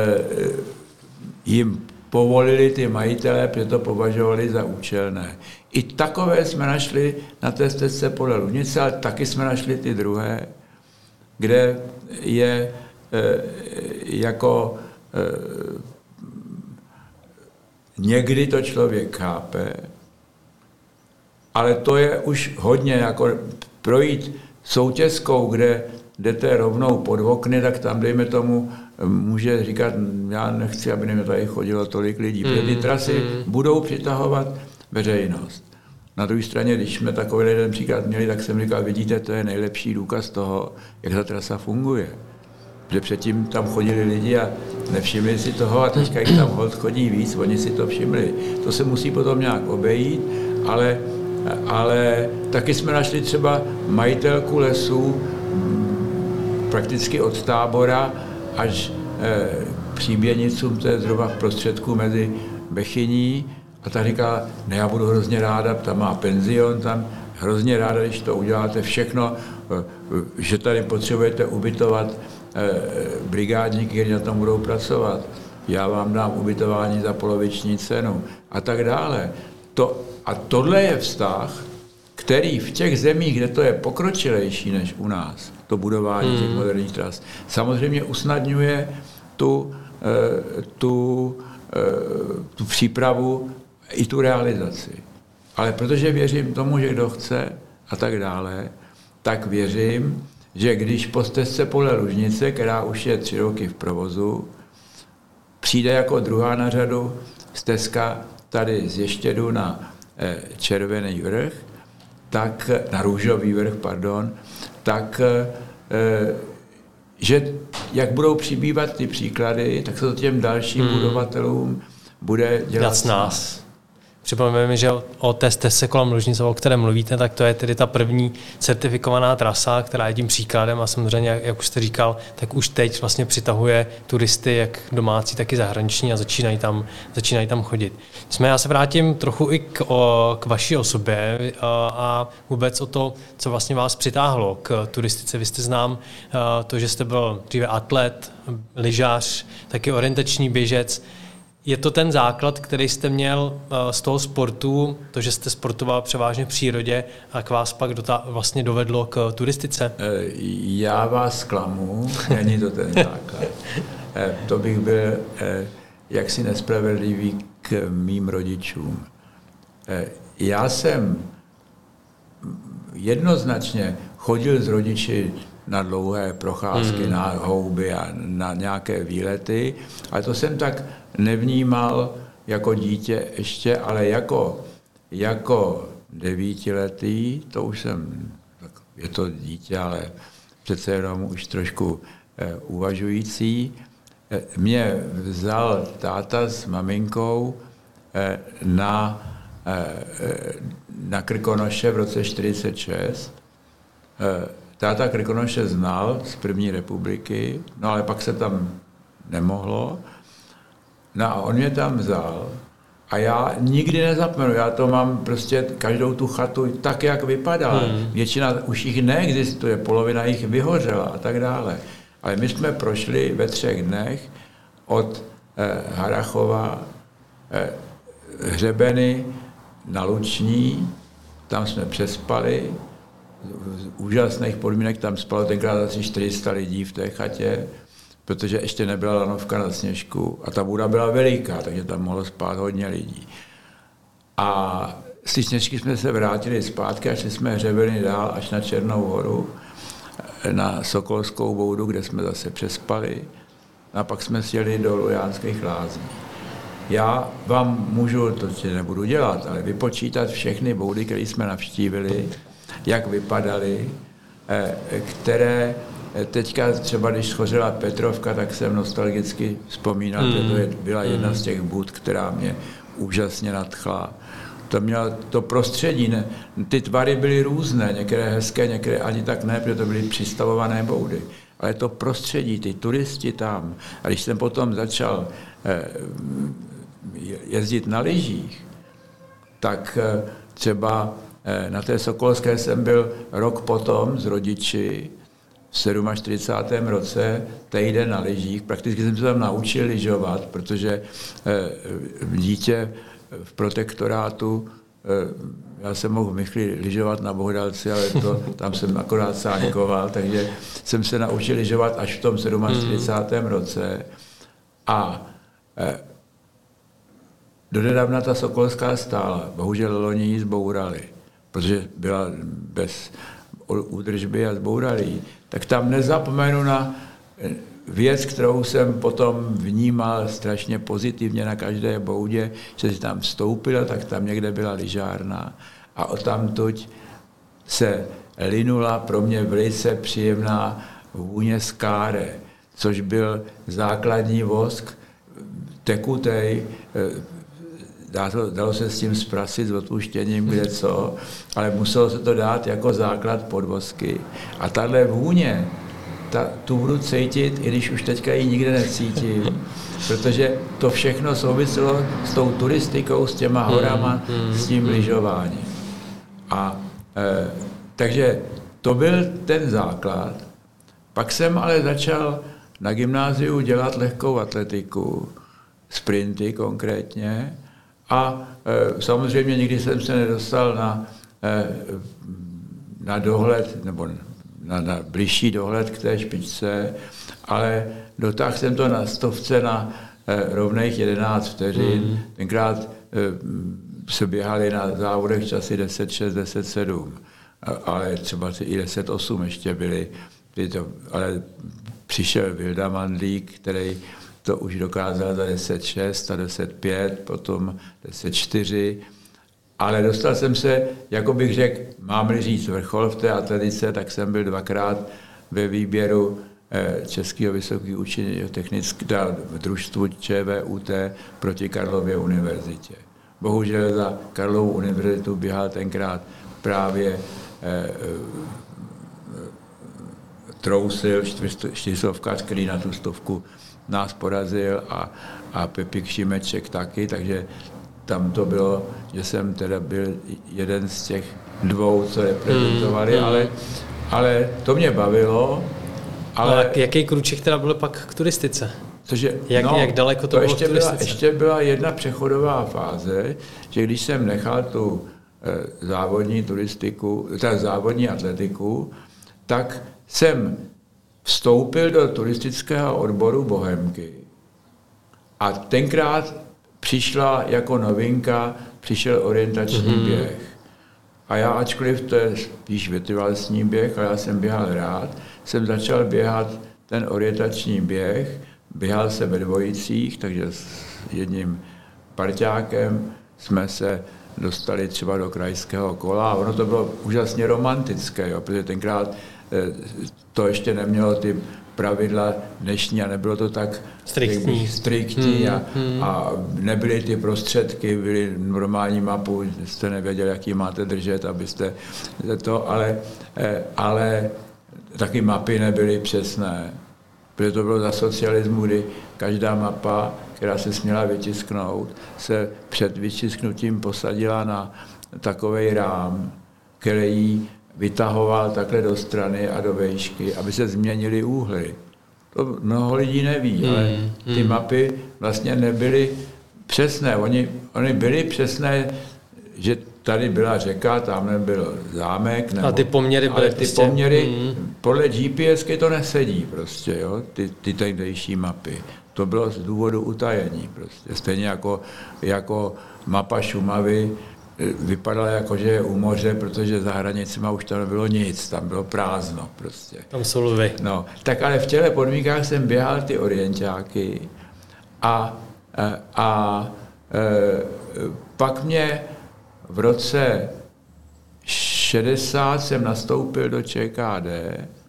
jim povolili ty majitelé, protože to považovali za účelné. I takové jsme našli na té stezce podle Lužnice, ale taky jsme našli ty druhé, kde je jako někdy to člověk chápe, ale to je už hodně, jako projít soutězkou, kde jdete rovnou pod okny, tak tam, dejme tomu, může říkat, já nechci, aby mi tady chodilo tolik lidí, protože ty trasy budou přitahovat veřejnost. Na druhé straně, když jsme takový jeden příklad měli, tak jsem říkal, vidíte, to je nejlepší důkaz toho, jak ta trasa funguje. Protože předtím tam chodili lidi a nevšimli si toho a teďka jich tam holt chodí víc, oni si to všimli. To se musí potom nějak obejít, ale taky jsme našli třeba majitelku lesů prakticky od Tábora až k Příběnicům, to je zhruba v prostředku mezi Bechyní, a ta říká, ne, já budu hrozně ráda, tam má penzion, tam hrozně ráda, když to uděláte všechno, že tady potřebujete ubytovat brigádníky, kteří na tom budou pracovat. Já vám dám ubytování za poloviční cenu a tak dále. A tohle je vztah, který v těch zemích, kde to je pokročilejší než u nás, to budování těch moderních tras, samozřejmě usnadňuje tu přípravu i tu realizaci. Ale protože věřím tomu, že kdo chce a tak dále, tak věřím, že když po stezce podle Lužnice, která už je 3 roky v provozu, přijde jako druhá na řadu stezka tady z Ještědu na Červený vrch, tak na Růžový vrch, tak že jak budou přibývat ty příklady, tak se to těm dalším budovatelům bude dělat s nás. Připomeneme, že o té stezce kolem Lužnice, o které mluvíte, tak to je tedy ta první certifikovaná trasa, která je tím příkladem a samozřejmě, jak už jste říkal, tak už teď vlastně přitahuje turisty, jak domácí, tak i zahraniční a začínají tam chodit. Já se vrátím trochu i k vaší osobě a vůbec o to, co vlastně vás přitáhlo k turistice. Vy jste znám to, že jste byl dříve atlet, lyžař, taky orientační běžec. Je to ten základ, který jste měl z toho sportu, to, že jste sportoval převážně v přírodě a k vás pak vlastně dovedlo k turistice? Já vás zklamu, není to ten základ. To bych byl jaksi nespravedlivý k mým rodičům. Já jsem jednoznačně chodil s rodiči na dlouhé procházky, na houby a na nějaké výlety, ale to jsem tak nevnímal jako dítě ještě, ale jako 9letý, to už jsem, je to dítě, ale přece jenom už trošku uvažující, mě vzal táta s maminkou na Krkonoše v roce 1946. Táta Krkonoše znal z první republiky, no ale pak se tam nemohlo. No a on mě tam vzal a já nikdy nezapomenu, já to mám prostě každou tu chatu tak, jak vypadá. Většina už jich neexistuje, polovina jich vyhořela a tak dále. Ale my jsme prošli ve 3 dnech od Harachova hřebeny na Luční, tam jsme přespali, v úžasných podmínek tam spalo tenkrát asi 400 lidí v té chatě, protože ještě nebyla lanovka na sněžku a ta budova byla veliká, takže tam mohlo spát hodně lidí. A z té sněžky jsme se vrátili zpátky a šli jsme hřebeny dál až na Černou horu, na Sokolskou boudu, kde jsme zase přespali a pak jsme sjeli do Lujánských lázní. Já vám můžu, to nebudu dělat, ale vypočítat všechny boudy, které jsme navštívili, jak vypadaly, které teďka třeba, když schořela Petrovka, tak jsem nostalgicky vzpomínal, že to byla jedna z těch bud, která mě úžasně nadchla. To mělo to prostředí, ne? Ty tvary byly různé, některé hezké, některé ani tak ne, protože to byly přistavované boudy. Ale to prostředí, ty turisti tam. A když jsem potom začal jezdit na lyžích, tak třeba na té Sokolské jsem byl rok potom s rodiči v 47. roce týden na lyžích. Prakticky jsem se tam naučil lyžovat, protože dítě v protektorátu, já jsem mohl v Michli lyžovat na Bohdalci, ale tam jsem akorát sáňkoval, takže jsem se naučil lyžovat až v tom 47. roce. A donedávna ta Sokolská stála. Bohužel loni ji zbourali, protože byla bez údržby a zbourali ji. Tak tam nezapomenu na věc, kterou jsem potom vnímal strašně pozitivně na každé boudě, že si tam vstoupil, tak tam někde byla lyžárna a odtamtud se linula pro mě velice příjemná vůně skáre, což byl základní vosk, tekutej, dalo se s tím zprasit s odpuštěním kde co, ale muselo se to dát jako základ podvozky. A tahle vůně, tu budu cítit, i když už teďka ji nikde necítím, protože to všechno souviselo s tou turistikou, s těma horama, s tím lyžováním. A takže to byl ten základ. Pak jsem ale začal na gymnáziu dělat lehkou atletiku, sprinty konkrétně, a samozřejmě nikdy jsem se nedostal na dohled, nebo na bližší dohled k té špičce, ale dotáhl jsem to na 100 na rovných 11 vteřin. Tenkrát se běhali na závodech časy 10.6, 10.7, ale třeba i 10.8 ještě byly. Ale přišel Vilda Mandlík, který to už dokázal za 10.6 a 10.5, potom 10.4, ale dostal jsem se, jako bych řekl, mám-li říct vrchol v té atletice, tak jsem byl 2krát ve výběru Českého vysokého učení technického družstvu ČVUT proti Karlově univerzitě. Bohužel za Karlovu univerzitu běhal tenkrát právě Trousil, čtyřstovkař, který na tu 100 nás porazil a Pepík Šimeček taky, takže tam to bylo, že jsem teda byl jeden z těch dvou, co reprezentovali, ale to mě bavilo. Ale jaký krůček teda byl pak k turistice? Jak daleko to bylo k turistice? Ještě byla jedna přechodová fáze, že když jsem nechal tu závodní turistiku, závodní atletiku, tak jsem vstoupil do turistického odboru Bohemky. A tenkrát přišla jako novinka, přišel orientační běh. A já, ačkoliv to je spíš vytrvalostní běh, a já jsem běhal rád, jsem začal běhat ten orientační běh, běhal se ve dvojicích, takže s jedním parťákem jsme se dostali třeba do krajského kola a ono to bylo úžasně romantické, jo, protože tenkrát to ještě nemělo ty pravidla dnešní a nebylo to tak striktní a nebyly ty prostředky, byly normální mapu, jste nevěděli, jaký máte držet, abyste to, ale taky mapy nebyly přesné, protože to bylo za socialismu, kdy každá mapa, která se směla vytisknout, se před vytisknutím posadila na takovej rám, který vytahoval takhle do strany a do vejšky, aby se změnily úhly. To mnoho lidí neví, ale ty mapy vlastně nebyly přesné. Oni byly přesné, že tady byla řeka, tam byl zámek. A ty poměry byly prostě... poměry podle GPSky to nesedí prostě, jo, ty tehdejší mapy. To bylo z důvodu utajení prostě. Stejně jako mapa Šumavy vypadala jako, že je u moře, protože za hranicima už tam nebylo nic, tam bylo prázdno prostě. Tam jsou lvy. No, tak ale v těchto podmínkách jsem běhal ty orientáky a pak mě v roce 60 jsem nastoupil do ČKD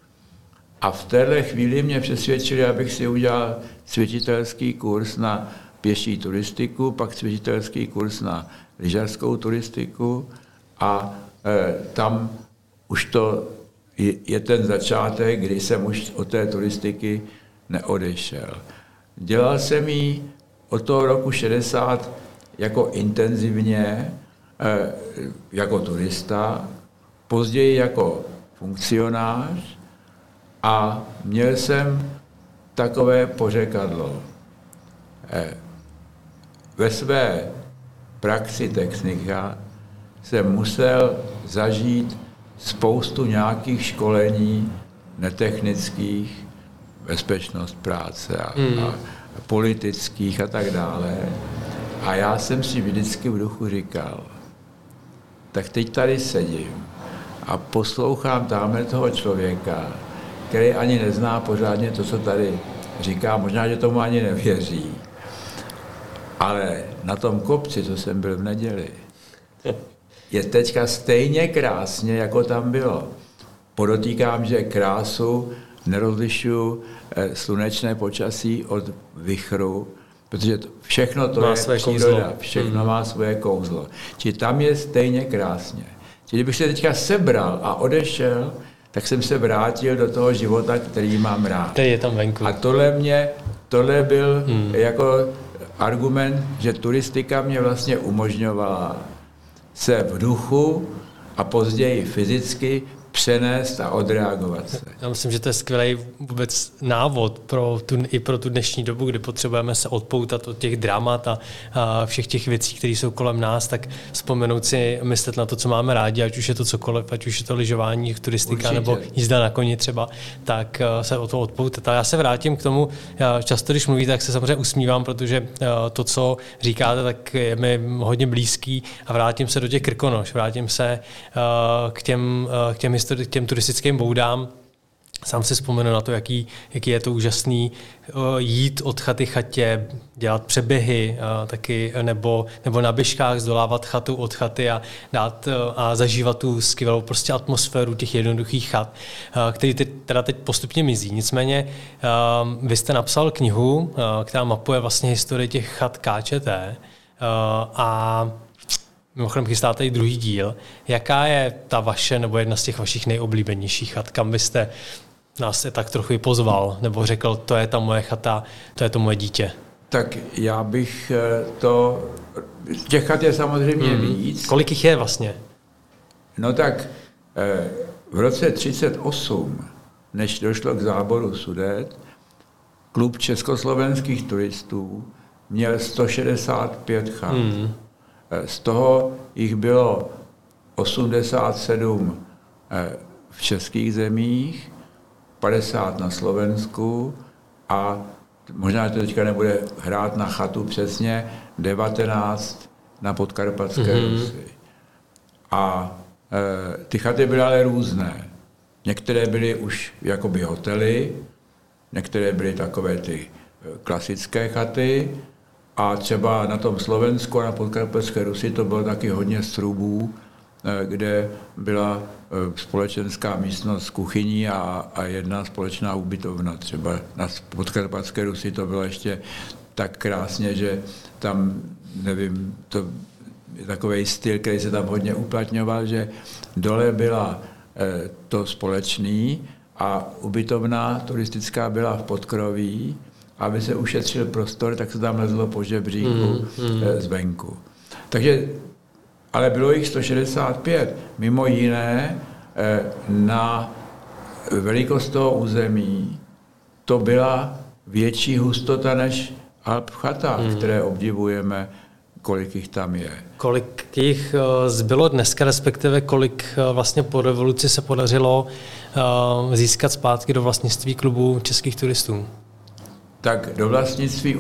a v téhle chvíli mě přesvědčili, abych si udělal cvičitelský kurz na pěší turistiku, pak cvičitelský kurz na lyžařskou turistiku a tam už to je ten začátek, kdy jsem už od té turistiky neodešel. Dělal jsem ji od toho roku 60 jako intenzivně, jako turista, později jako funkcionář a měl jsem takové pořekadlo. Ve své praxi technika jsem musel zažít spoustu nějakých školení netechnických, bezpečnost práce a politických a tak dále. A já jsem si vždycky v duchu říkal, tak teď tady sedím a poslouchám tamhle toho člověka, který ani nezná pořádně to, co tady říká, možná, že tomu ani nevěří. Ale na tom kopci, co jsem byl v neděli, je teďka stejně krásně, jako tam bylo. Podotýkám, že krásu nerozlišuju slunečné počasí od vichru, protože všechno to má je příroda, všechno má svoje kouzlo. Čili tam je stejně krásně. Čili kdybych se teďka sebral a odešel, tak jsem se vrátil do toho života, který mám rád. Který je tam venku. A tohle byl jako argument, že turistika mě vlastně umožňovala se v duchu a později fyzicky přenést a odreagovat se. Já myslím, že to je skvělý vůbec návod i pro tu dnešní dobu, kdy potřebujeme se odpoutat od těch dramat a všech těch věcí, které jsou kolem nás, tak vzpomenout si, myslet na to, co máme rádi, ať už je to cokoliv, ať už je to lyžování, turistika nebo jízda na koni třeba, tak se o to odpoutat. Ale já se vrátím k tomu, často, když mluvíte, tak se samozřejmě usmívám, protože to, co říkáte, tak je mi hodně blízký a vrátím se do těch Krkonoš, vrátím se k těm turistickým boudám. Sám si vzpomenu na to, jaký je to úžasný jít od chaty chatě, dělat přeběhy taky, nebo na běžkách zdolávat chatu od chaty a zažívat tu skvělou prostě atmosféru těch jednoduchých chat, který teda teď postupně mizí. Nicméně vy jste napsal knihu, která mapuje vlastně historii těch chat KČT a mimochodem chystáte i druhý díl. Jaká je ta vaše nebo jedna z těch vašich nejoblíbenějších chat? Kam byste nás tak trochu pozval nebo řekl, to je ta moje chata, to je to moje dítě? Tak já bych těch chat je samozřejmě víc. Kolik jich je vlastně? No tak v roce 1938, než došlo k záboru Sudet, klub československých turistů měl 165 chat. Z toho jich bylo 87 v českých zemích, 50 na Slovensku a možná to teďka nebude hrát na chatu přesně, 19 na Podkarpatské Rusi. A ty chaty byly ale různé. Některé byly už jakoby hotely, některé byly takové ty klasické chaty, a třeba na tom Slovensku a na Podkarpatské Rusi to bylo taky hodně strubů, kde byla společenská místnost s kuchyní a jedna společná ubytovna. Třeba na Podkarpatské Rusi to bylo ještě tak krásně, že tam, nevím, to je takový styl, který se tam hodně uplatňoval, že dole byla to společný a ubytovna turistická byla v podkroví. Aby se ušetřil prostor, tak se tam lezlo po žebříku zvenku. Takže, ale bylo jich 165. Mimo jiné, na velikost toho území to byla větší hustota než Alp v chatách, které obdivujeme, kolik jich tam je. Kolik jich zbylo dneska, respektive kolik vlastně po revoluci se podařilo získat zpátky do vlastnictví klubu českých turistů? Tak do vlastnictví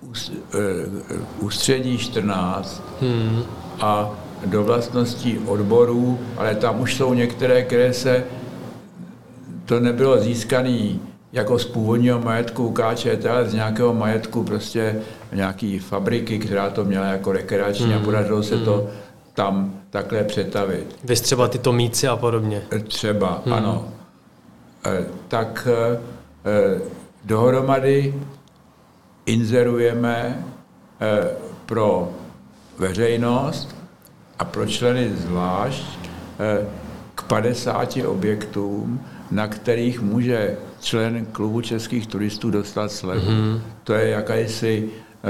ústředí 14 a do vlastností odborů, ale tam už jsou některé, které to nebylo získané jako z původního majetku KČT, ale z nějakého majetku prostě nějaký fabriky, která to měla jako rekreační a podařilo se to tam takhle přetavit. Vy třeba ty Tomíci a podobně. Třeba, ano. Tak dohromady inzerujeme pro veřejnost a pro členy zvlášť k 50 objektům, na kterých může člen klubu českých turistů dostat slevu. To je jakýsi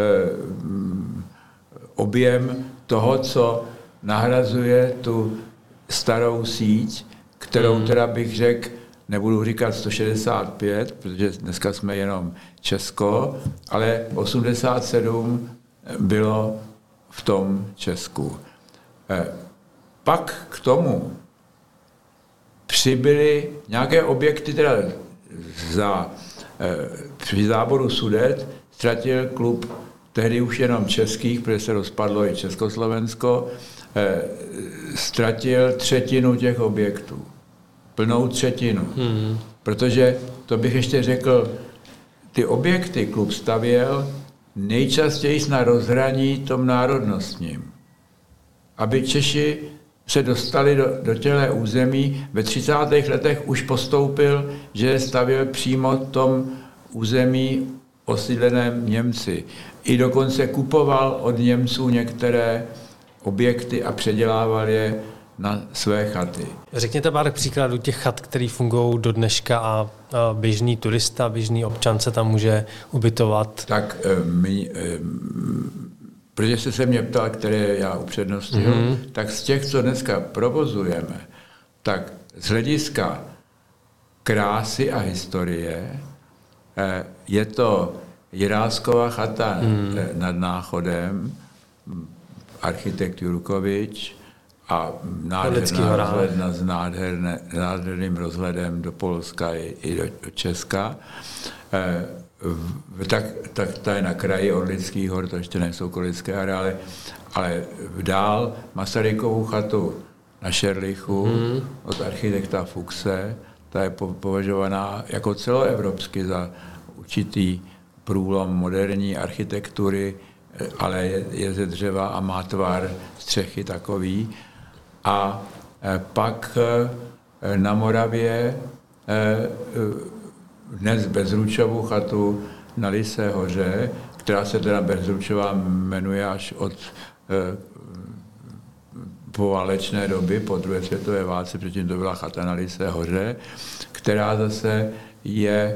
objem toho, co nahrazuje tu starou síť, kterou teda bych řekl, nebudu říkat 165, protože dneska jsme jenom Česko, ale 87 bylo v tom Česku. Pak k tomu přibyly nějaké objekty, teda při záboru Sudet ztratil klub tehdy už jenom českých, protože se rozpadlo i Československo, ztratil třetinu těch objektů. Plnou třetinu. Protože, to bych ještě řekl, ty objekty klub stavěl nejčastěji na rozhraní tom národnostním. Aby Češi se dostali do těchto území, ve 30. letech už postoupil, že stavěl přímo v tom území osídleném Němci. I dokonce kupoval od Němců některé objekty a předělával je na své chaty. Řekněte pár příkladů těch chat, které fungují do dneška a běžný turista, běžný občan se tam může ubytovat. Tak protože jste se mě ptal, které já upřednostňuji, tak z těch, co dneska provozujeme, tak z hlediska krásy a historie je to Jiráskova chata nad Náchodem, architekt Jurkovič, a nádherná rozhledna s nádherným rozhledem do Polska i do Česka. Tak ta je na kraji Orlických hor, to ještě nejsou kolické areály, ale dál Masarykovu chatu na Šerlichu od architekta Fuchse, ta je považovaná jako celoevropsky za určitý průlom moderní architektury, ale je ze dřeva a má tvar střechy takový. A pak na Moravě dnes Bezručovu chatu na Lysé hoře, která se teda Bezručová jmenuje až od poválečné doby, po druhé světové válce, předtím to byla chata na Lysé hoře, která zase je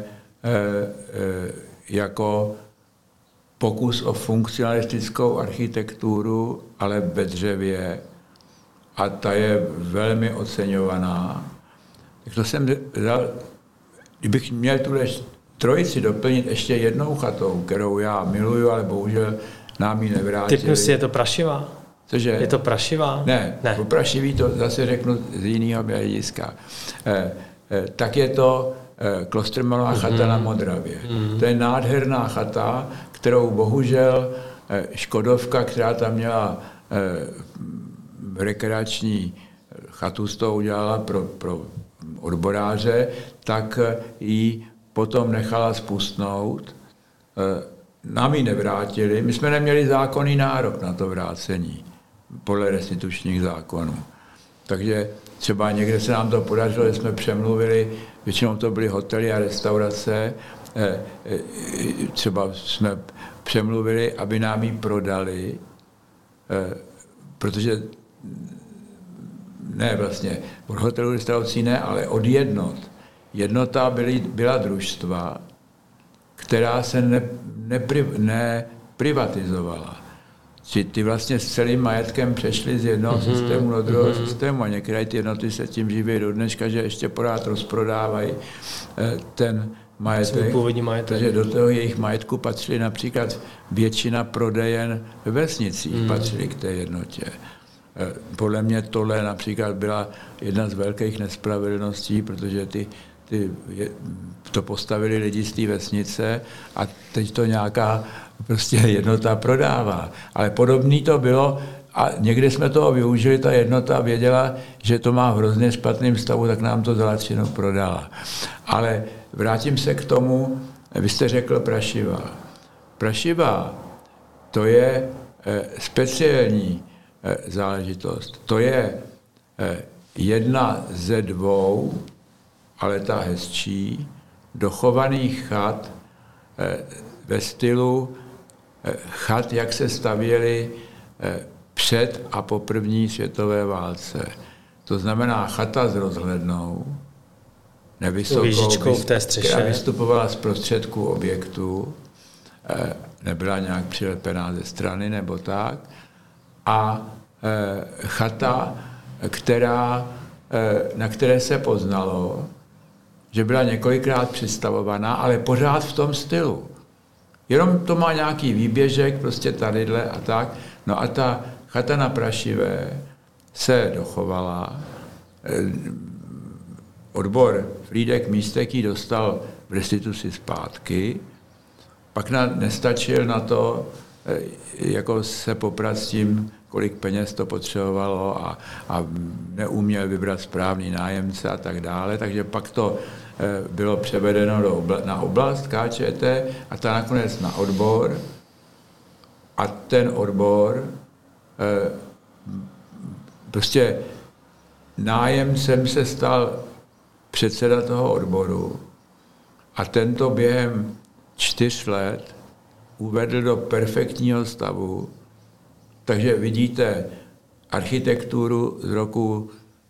jako pokus o funkcionalistickou architekturu, ale ve dřevě, a ta je velmi oceňovaná. Tak to jsem dal, kdybych měl tu trojici doplnit ještě jednou chatou, kterou já miluju, ale bohužel nám ji nevrátili. Typnu si, je to Prašivá? Cože? Je to Prašivá? Ne. Po Prašivý to zase řeknu z jiného hlediska. Tak je to Klostermanová chata na Modravě. To je nádherná chata, kterou bohužel Škodovka, která tam měla rekreační chatu z toho udělala pro odboráře, tak ji potom nechala spustnout. Nám ji nevrátili. My jsme neměli zákonný nárok na to vrácení podle restitučních zákonů. Takže třeba někde se nám to podařilo, že jsme přemluvili, většinou to byly hotely a restaurace, třeba jsme přemluvili, aby nám ji prodali, protože ne vlastně, od hotelů restaurací ne, ale od jednot. Jednota byla družstva, která se neprivatizovala. Či ty vlastně s celým majetkem přešly z jednoho systému do druhého systému a některé ty jednoty se tím živí do dneška, že ještě pořád rozprodávají ten majetek, protože do toho jejich majetku patřily například většina prodejen ve vesnicích, patřily k té jednotě. Podle mě tohle například byla jedna z velkých nespravedlností, protože to postavili lidi z té vesnice a teď to nějaká prostě jednota prodává. Ale podobný to bylo a někde jsme toho využili, ta jednota věděla, že to má v hrozně špatném stavu, tak nám to za lačinu prodala. Ale vrátím se k tomu, vy jste řekl Prašivá. Prašivá, to je speciální záležitost. To je jedna ze dvou, ale ta hezčí, dochovaných chat ve stylu chat, jak se stavěly před a po první světové válce. To znamená chata s rozhlednou, nevysokou, která vystupovala z prostředků objektu, nebyla nějak přilepená ze strany nebo tak, a chata, na které se poznalo, že byla několikrát přistavovaná, ale pořád v tom stylu. Jenom to má nějaký výběžek, prostě tadyhle a tak. No a ta chata na Prašivé se dochovala. Odbor Frýdek Místek ji dostal v restituci zpátky, pak nestačil na to, jako se poprat s tím, kolik peněz to potřebovalo a neuměl vybrat správný nájemce a tak dále, takže pak to bylo převedeno na oblast KČT a ta nakonec na odbor a ten odbor prostě nájemcem se stal předseda toho odboru a tento během 4 let uvedl do perfektního stavu. Takže vidíte architekturu z roku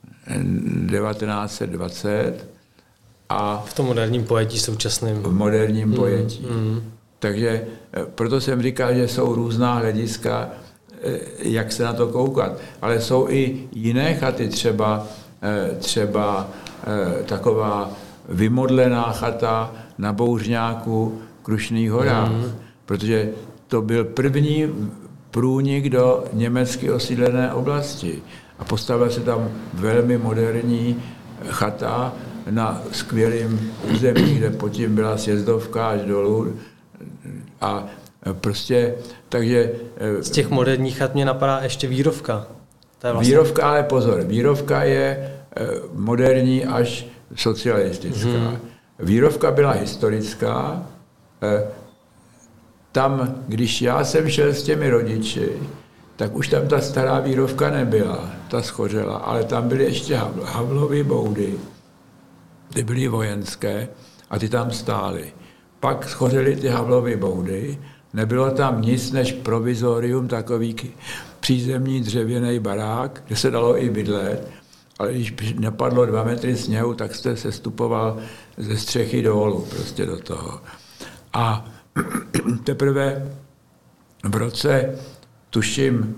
1920 a v tom moderním pojetí současném. V moderním pojetí. Takže proto jsem říkal, že jsou různá hlediska, jak se na to koukat. Ale jsou i jiné chaty, třeba taková vymodlená chata na Bouřňáku v Krušných horách, protože to byl první průnik do německy osídlené oblasti. A postavila se tam velmi moderní chata na skvělém území, kde pod tím byla sjezdovka až dolů. A prostě, takže... Z těch moderních chat mě napadá ještě Vírovka. Vlastně... Vírovka, ale pozor, Vírovka je moderní až socialistická. Vírovka byla historická. Tam, když já jsem šel s těmi rodiči, tak už tam ta stará Vírovka nebyla, ta schořela, ale tam byly ještě Havlovy boudy, ty byly vojenské a ty tam stály. Pak schořely ty Havlovy boudy, nebylo tam nic než provizorium, takový přízemní dřevěný barák, kde se dalo i bydlet, ale když napadlo 2 metry sněhu, tak jste se stupoval ze střechy dolů prostě do toho. A teprve v roce, tuším,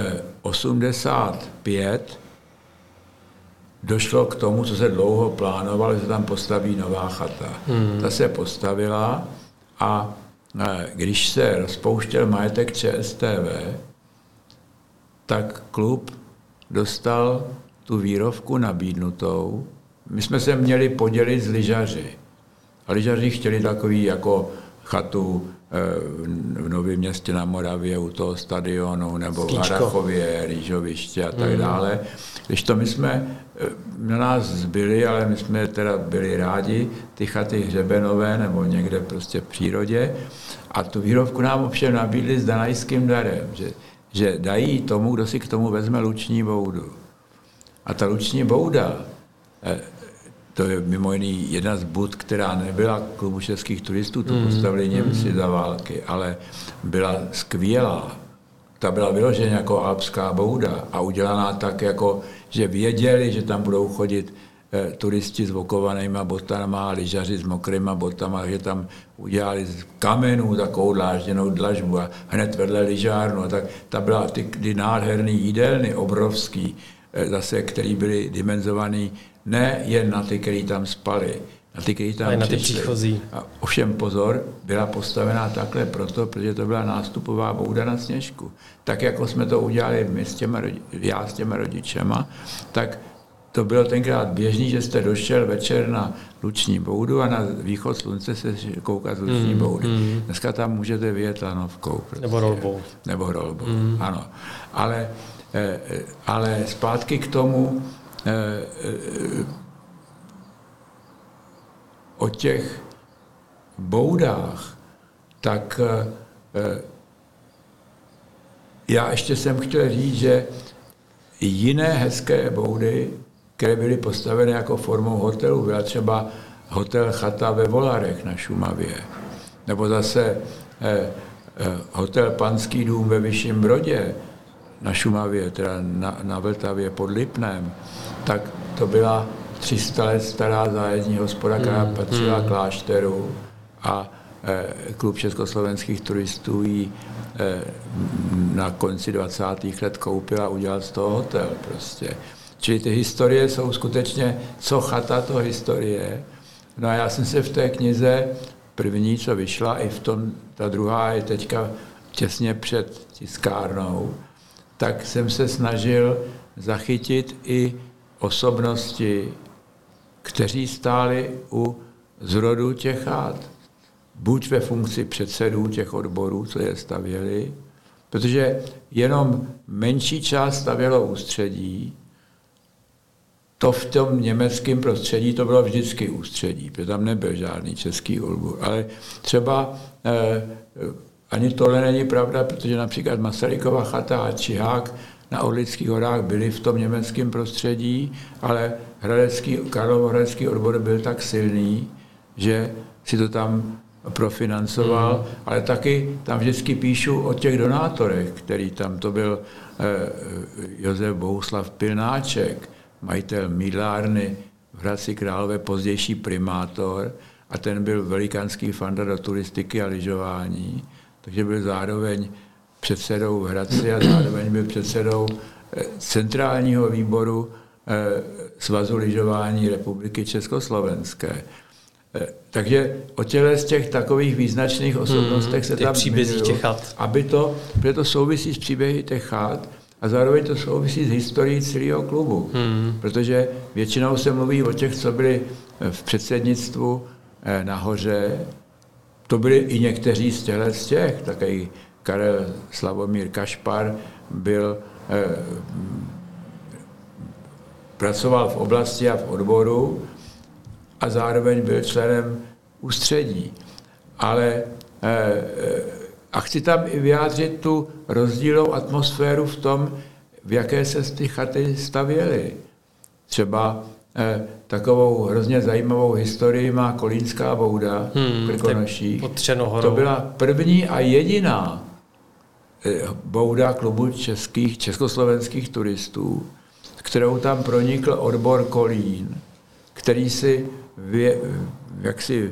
85 došlo k tomu, co se dlouho plánovalo, že se tam postaví nová chata. Ta se postavila a když se rozpouštěl majetek ČSTV, tak klub dostal tu Vírovku nabídnutou. My jsme se měli podělit s lyžaři. A lyžaři chtěli takový jako chatu v Novém Městě na Moravě u toho stadionu nebo v Harrachově, rýžoviště a tak dále. Když to my jsme na nás zbyli, ale my jsme teda byli rádi, ty chaty hřebenové nebo někde prostě v přírodě. A tu Vírovku nám ovšem nabídli s danajským darem, že dají tomu, kdo si k tomu vezme luční boudu. A ta luční bouda, to je mimo jiný jedna z bud, která nebyla klubu českých turistů, to postavili Němci za války, ale byla skvělá. Ta byla vyložená jako alpská bouda a udělaná tak, jako, že věděli, že tam budou chodit turisti s okovanýma botama, lyžaři s mokrýma botama, že tam udělali z kamenů takovou dlážděnou dlažbu a hned vedle lyžárnu. A tak ta byla ty nádherný jídelny, obrovský, zase, který byly dimenzovaný ne jen na ty, který tam spali, na ty, který tam na ty příchozí. A ovšem pozor, byla postavená takhle proto, protože to byla nástupová bouda na Sněžku. Tak, jako jsme to udělali já s těma rodičema, tak to bylo tenkrát běžný, že jste došel večer na luční boudu a na východ slunce se koukat z luční boudy. Dneska tam můžete vyjet lanovkou. Prostě. Nebo rolbou, ano. Ale zpátky k tomu, o těch boudách, tak já ještě jsem chtěl říct, že jiné hezké boudy, které byly postaveny jako formou hotelu, byla třeba hotel Chata ve Volarech na Šumavě, nebo zase hotel Panský dům ve Vyšším Brodě na Šumavě, teda na Vltavě pod Lipnem, tak to byla 300 let stará zájezdní hospoda, která patřila klášteru a klub československých turistů ji na konci 20. let koupil a udělal z toho hotel prostě. Čili ty historie jsou skutečně, co chata, to historie. No a já jsem se v té knize, první, co vyšla, i v tom, ta druhá je teďka těsně před tiskárnou, tak jsem se snažil zachytit i osobnosti, kteří stáli u zrodu těch chat. Buď ve funkci předsedů těch odborů, co je stavěli, protože jenom menší část stavělo ústředí, to v tom německém prostředí to bylo vždycky ústředí, protože tam nebyl žádný český odbor. Ale třeba ani tohle není pravda, protože například Masarykova chata a Čihák na Orlických horách byli v tom německém prostředí, ale Karlovarský odbor byl tak silný, že si to tam profinancoval, ale taky tam vždycky píšu o těch donátorech, který tam, to byl Josef Bohuslav Pilnáček, majitel mýdlárny v Hradci Králové, pozdější primátor, a ten byl velikánský fanda do turistiky a lyžování, takže byl zároveň předsedou v Hradci a zároveň byl předsedou centrálního výboru Svazu lyžování Republiky Československé. Takže o těchto z těch takových význačných osobnostech se tam příbězí těch chat. Protože to souvisí s příběhy těch chat a zároveň to souvisí s historií celého klubu. Protože většinou se mluví o těch, co byli v předsednictvu nahoře. To byli i někteří z těch, takový Karel Slavomír Kašpar pracoval v oblasti a v odboru a zároveň byl členem ústředí. Ale a chci tam i vyjádřit tu rozdílnou atmosféru v tom, v jaké se ty chaty stavěly. Třeba takovou hrozně zajímavou historii má Kolínská bouda v Krkonoších. To byla první a jediná bouda klubu československých turistů, kterou tam pronikl odbor Kolín, který si jaksi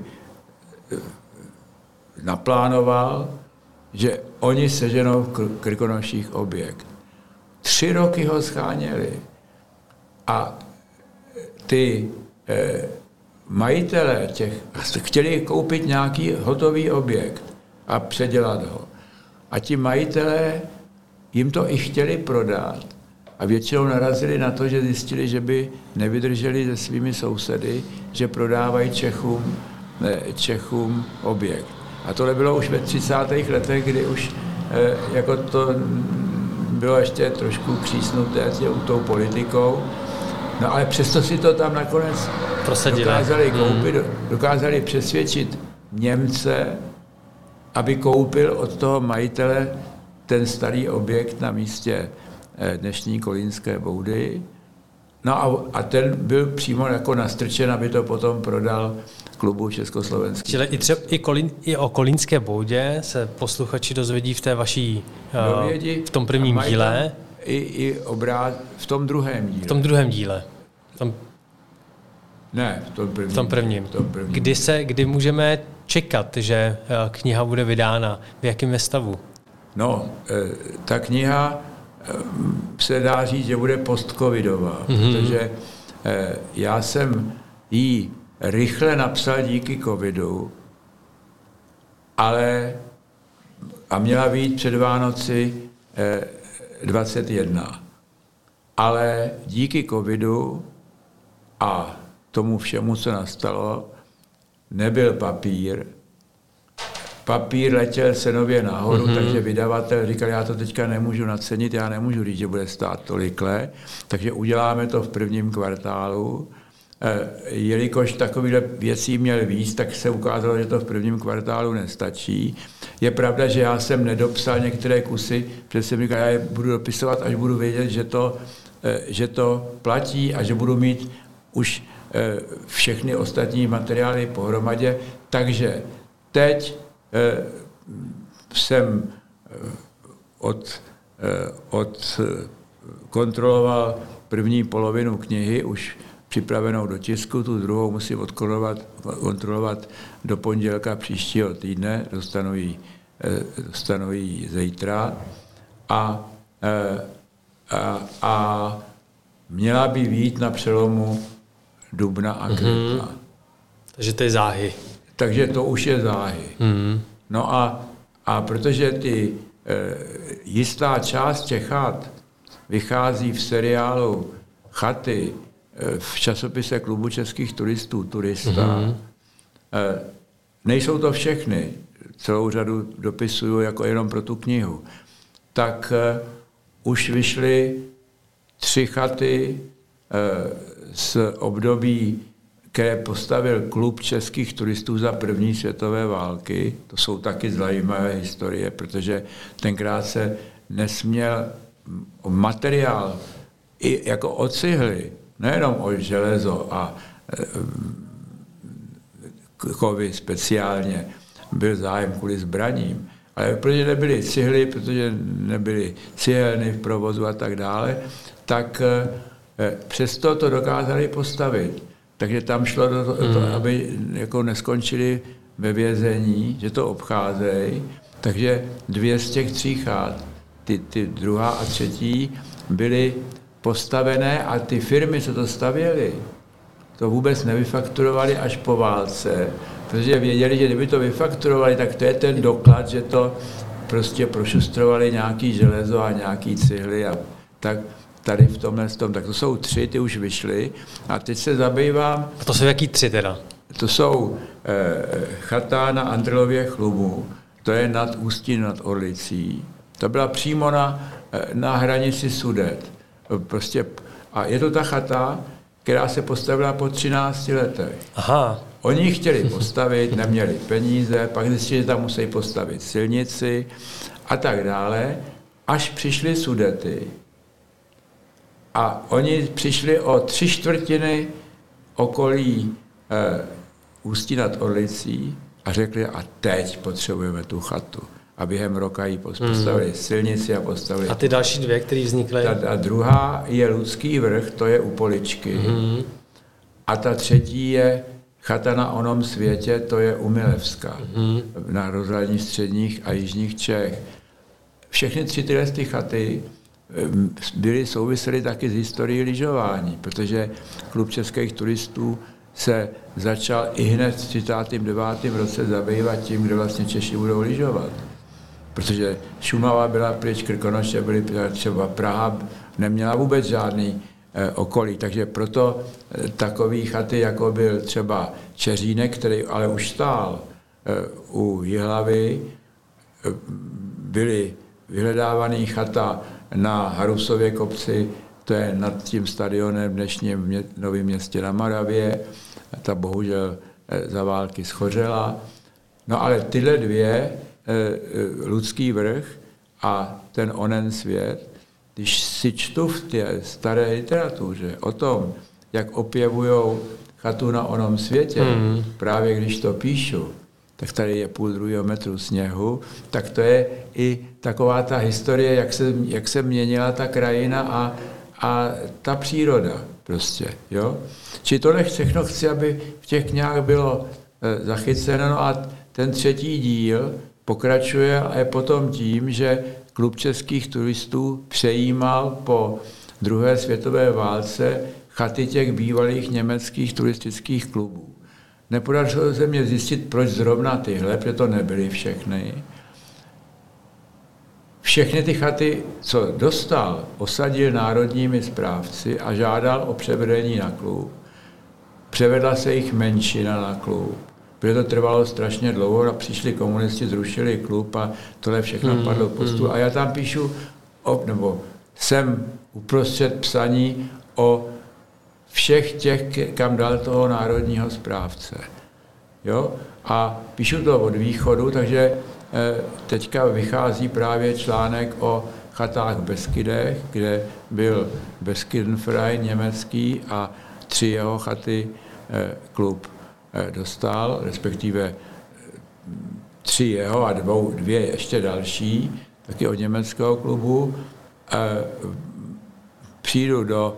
naplánoval, že oni seženou v Krkonoších objekt. 3 roky ho scháněli a ty majitelé chtěli koupit nějaký hotový objekt a předělat ho. A ti majitelé jim to i chtěli prodat a většinou narazili na to, že zjistili, že by nevydrželi se svými sousedy, že prodávají Čechům objekt. A tohle bylo už ve 30. letech, kdy už jako to bylo ještě trošku křísnuté tou politikou. No ale přesto si to tam nakonec dokázali koupit, dokázali přesvědčit Němce, aby koupil od toho majitele ten starý objekt na místě dnešní Kolínské boudy. No a ten byl přímo jako nastrčen, aby to potom prodal klubu československých. Čili i o Kolínské boudě se posluchači dozvědí v té vaší, v tom prvním díle. I v tom druhém díle. V tom druhém díle. Ne, v tom prvním. Kdy můžeme čekat, že kniha bude vydána? V jakém stavu? No, ta kniha se dá říct, že bude postcovidová, protože já jsem ji rychle napsal díky covidu, a měla vyjít před Vánoci 21. Ale díky covidu a tomu všemu, co nastalo, nebyl papír. Papír letěl cenově nahoru, takže vydavatel říkal, já to teďka nemůžu nacenit, já nemůžu říct, že bude stát tolikle, takže uděláme to v prvním kvartálu. Jelikož takovýhle věcí měl víc, tak se ukázalo, že to v prvním kvartálu nestačí. Je pravda, že já jsem nedopsal některé kusy, protože jsem říkal, já je budu dopisovat, až budu vědět, že to platí a že budu mít už všechny ostatní materiály pohromadě. Takže teď jsem kontroloval první polovinu knihy, už připravenou do tisku, tu druhou musím kontrolovat do pondělka příštího týdne, dostanu ji zítra a měla by vyjít na přelomu dubna a května. Takže to je záhy. Takže to už je záhy. No a protože jistá část těch chat vychází v seriálu Chaty v časopise Klubu českých turistů Turista. Nejsou to všechny, celou řadu dopisuju jako jenom pro tu knihu. Tak už vyšly 3 chaty z období, které postavil Klub českých turistů za první světové války. To jsou taky zajímavé historie, protože tenkrát se nesměl materiál i jako o cihly, nejenom o železo a kovy speciálně, byl zájem kvůli zbraním, ale protože nebyly cihly, protože nebyly cihelny v provozu a tak dále, tak přesto to dokázali postavit. Takže tam šlo aby jako neskončili ve vězení, že to obcházejí. Takže 2 z těch 3 chat, ty druhá a třetí, byly postavené a ty firmy, co to stavěly, to vůbec nevyfakturovali až po válce, protože věděli, že kdyby to vyfakturovali, tak to je ten doklad, že to prostě prošustrovali nějaký železo a nějaký cihly a tak tady v tomhle tom. Tak to jsou 3, ty už vyšly a teď se zabývám. A to jsou jaký 3 teda? To jsou chata na Andrlově Chlumu, to je nad Ústí nad Orlicí. To byla přímo na hranici Sudet. Prostě, a je to ta chata, která se postavila po 13 letech. Aha. Oni chtěli postavit, neměli peníze, pak zjistili, že tam musí postavit silnici a tak dále, až přišly Sudety. A oni přišli o 3/4 okolí Ústí nad Orlicí a řekli, a teď potřebujeme tu chatu. A během roka ji postavili silnici a postavili. A ty další 2, které vznikly? A druhá je Ludský vrch, to je u Poličky. A ta třetí je chata na onom světě, to je u Milevska, na rozhraní středních a jižních Čech. Všechny 3 tyhle chaty souvisely taky s historií lyžování, protože Klub českých turistů se začal i hned v 39. roce zabývat tím, kde vlastně Češi budou lyžovat. Protože Šumava byla pryč, Krkonoše byly třeba Praha, neměla vůbec žádný okolí, takže proto takový chaty, jako byl třeba Čeřínek, který ale už stál u Jihlavy, byly vyhledávaný chata na Harusově kopci, to je nad tím stadionem dnešním Novém Městě na Moravě, ta bohužel za války schořela. No ale tyhle 2, Ludský vrch a ten onen svět, když si čtu v té staré literatuře o tom, jak opěvujou chatu na onom světě, právě když to píšu, tak tady je 0,5 metru sněhu, tak to je i taková ta historie, jak se měnila ta krajina a ta příroda prostě, jo. Čili tohle všechno chci, aby v těch knihách bylo zachyceno. No a ten 3. díl pokračuje a je potom tím, že Klub českých turistů přejímal po druhé světové válce chaty těch bývalých německých turistických klubů. Nepodařilo se mě zjistit, proč zrovna tyhle, protože to nebyly všechny. Všechny ty chaty, co dostal, osadil národními správci a žádal o převedení na klub. Převedla se jich menšina na klub. Protože to trvalo strašně dlouho a přišli komunisti, zrušili klub a tohle všechno padlo pod stůl. A já tam píšu, nebo jsem uprostřed psaní o všech těch, kam dal toho národního správce. Jo? A píšu to od východu, takže teďka vychází právě článek o chatách v Beskydech, kde byl Beskidenverein německý a 3 jeho chaty klub dostal, respektive 3 jeho a 2 ještě další, taky od německého klubu, přijdu do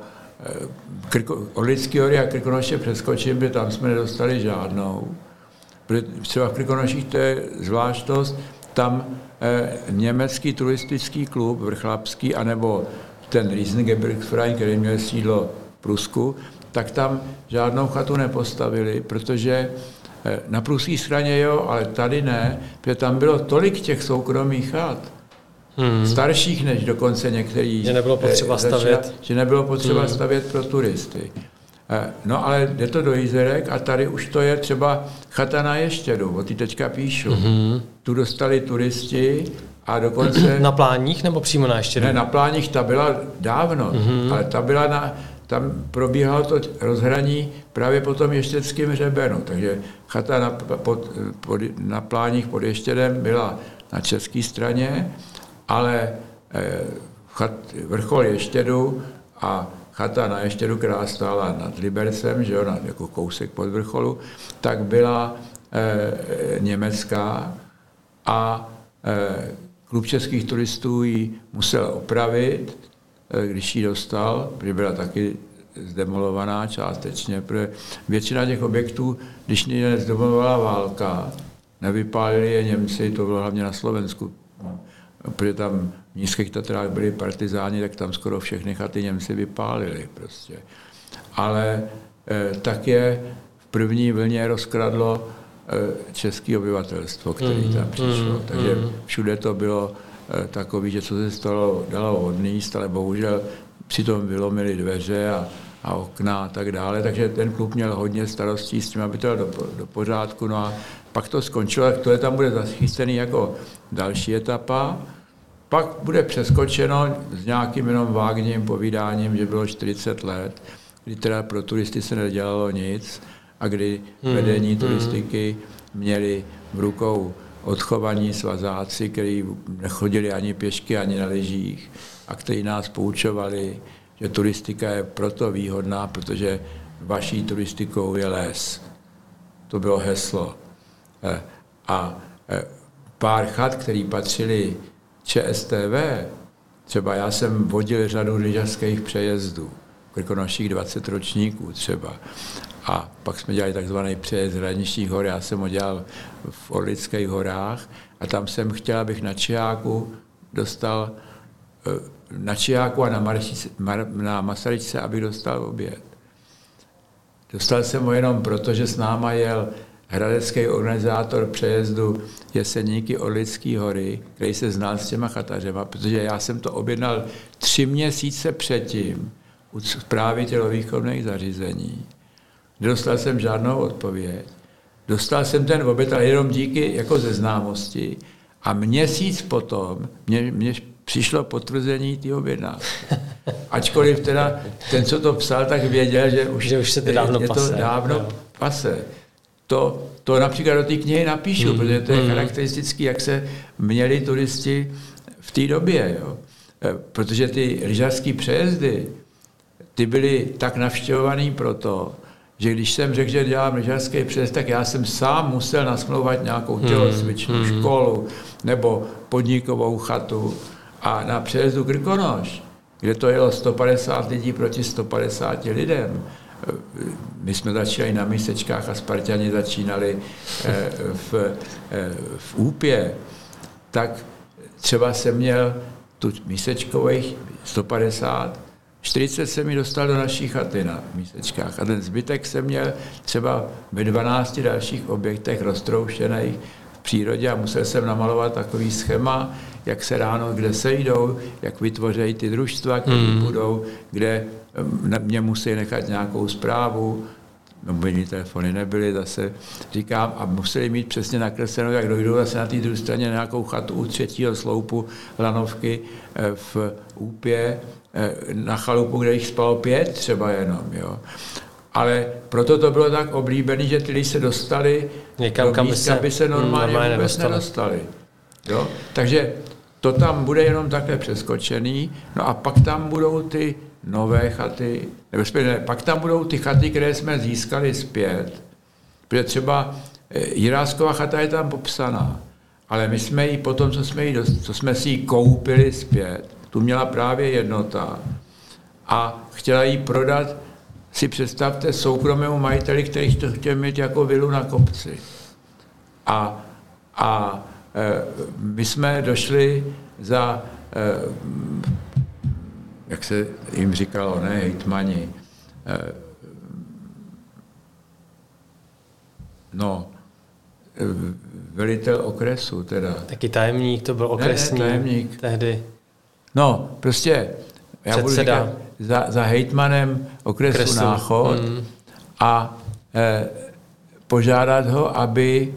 Orlický hory a Krkonoše přeskočím, protože tam jsme nedostali žádnou. Protože třeba v Krkonoších to je zvláštnost, tam německý turistický klub vrchlabský, anebo ten Riesengebirgsverein, který měl sídlo v Prusku, tak tam žádnou chatu nepostavili, protože na pruské straně jo, ale tady ne, protože tam bylo tolik těch soukromých chat, starších než dokonce některý. Že nebylo potřeba stavět. Že nebylo potřeba stavět pro turisty. No ale jde to do Jizerek a tady už to je třeba chata na Ještědu, o té teďka píšu. Tu dostali turisti a dokonce... Na Pláních nebo přímo na Ještědu? Ne, na Pláních ta byla dávno, ale ta byla tam probíhalo to rozhraní právě po tom ještědském hřebenu, takže chata na Pláních pod Ještědem byla na české straně, ale vrchol Ještědu a chata na Ještědu, která stála nad Libercem, že jo, jako kousek pod vrcholu, tak byla německá a klub českých turistů ji musel opravit, když ji dostal, protože byla taky zdemolovaná částečně, protože většina těch objektů, když je zdemolovala válka, nevypálili je Němci, to bylo hlavně na Slovensku, protože tam v Nízkých Tatrách byli partizáni, tak tam skoro všechny chaty Němci vypálili prostě. Ale tak je v první vlně rozkradlo české obyvatelstvo, které tam přišlo. Takže všude to bylo takový, že co se stalo, dalo odníst, ale bohužel přitom vylomili dveře a okna a tak dále. Takže ten klub měl hodně starostí s tím, aby to dal do pořádku. No a pak to skončilo, tak tohle tam bude zachycený jako další etapa. Pak bude přeskočeno s nějakým jenom vágním povídáním, že bylo 40 let, kdy teda pro turisty se nedělalo nic a kdy vedení turistiky měli v rukou odchovaní svazáci, kteří nechodili ani pěšky, ani na lyžích a kteří nás poučovali, že turistika je proto výhodná, protože vaší turistikou je les. To bylo heslo. A pár chat, který patřili ČSTV, třeba já jsem vodil řadu lyžařských přejezdů, v Krkonoších 20 ročníků třeba. A pak jsme dělali takzvaný přejezd hraničních hor, já jsem ho dělal v Orlických horách a tam jsem chtěl, abych na Čiháku dostal, na Čiháku a na Masaryčce, abych dostal oběd. Dostal jsem ho jenom proto, že s náma jel hradecký organizátor přejezdu Jeseníky Orlický hory, který se znal s těma chatařema, protože já jsem to objednal 3 měsíce předtím u správy tělovýchovných zařízení. Nedostal jsem žádnou odpověď. Dostal jsem ten oběd, ale jenom díky jako ze známosti. A měsíc potom mě přišlo potvrzení té objednávky. Ačkoliv teda ten, co to psal, tak věděl, že už se to dávno je pase. To dávno pase. To například do té knihy napíšu, protože to je charakteristický, jak se měli turisti v té době. Jo. Protože ty lyžařské přejezdy, ty byly tak navštěvovaný proto, že když jsem řekl, že dělám lyžařský přejezd, tak já jsem sám musel nasmlouvat nějakou tělocvičnou školu nebo podnikovou chatu. A na přejezdu Krkonoš, kde to jelo 150 lidí proti 150 lidem, my jsme začali na mísečkách a Sparťani začínali v Úpě, tak třeba jsem měl tu mísečkových 150, 40 se mi dostal do naší chaty na mísečkách a ten zbytek jsem měl třeba ve 12 dalších objektech roztroušených v přírodě a musel jsem namalovat takový schéma, jak se ráno, kde sejdou, jak vytvoří ty družstva, které budou, kde mě musí nechat nějakou zprávu, mobilní telefony nebyly, zase říkám, a museli mít přesně nakreslenou, jak dojdou zase na té druhé straně nějakou chatu u 3. sloupu lanovky v Úpě, na chalupu, kde jich spalo 5 třeba jenom, jo. Ale proto to bylo tak oblíbené, že ty lidi se dostali někam, do místa, aby se normálně vůbec nedostali. Jo? Takže to tam bude jenom takhle přeskočený, no a pak tam budou ty nové chaty, pak tam budou ty chaty, které jsme získali zpět, protože třeba Jiráskova chata je tam popsaná, Ale my jsme ji potom, co jsme si ji koupili zpět, tu měla právě Jednota a chtěla ji prodat, si představte, soukromému majiteli, který to chtěl mít jako vilu na kopci. A my jsme došli za, jak se jim říkalo, ne, hejtmani, velitel okresu teda. Taky tajemník, to byl okresní tajemník. Tehdy. No, prostě, já budu říkat, za hejtmanem okresu Náchod a požádat ho, aby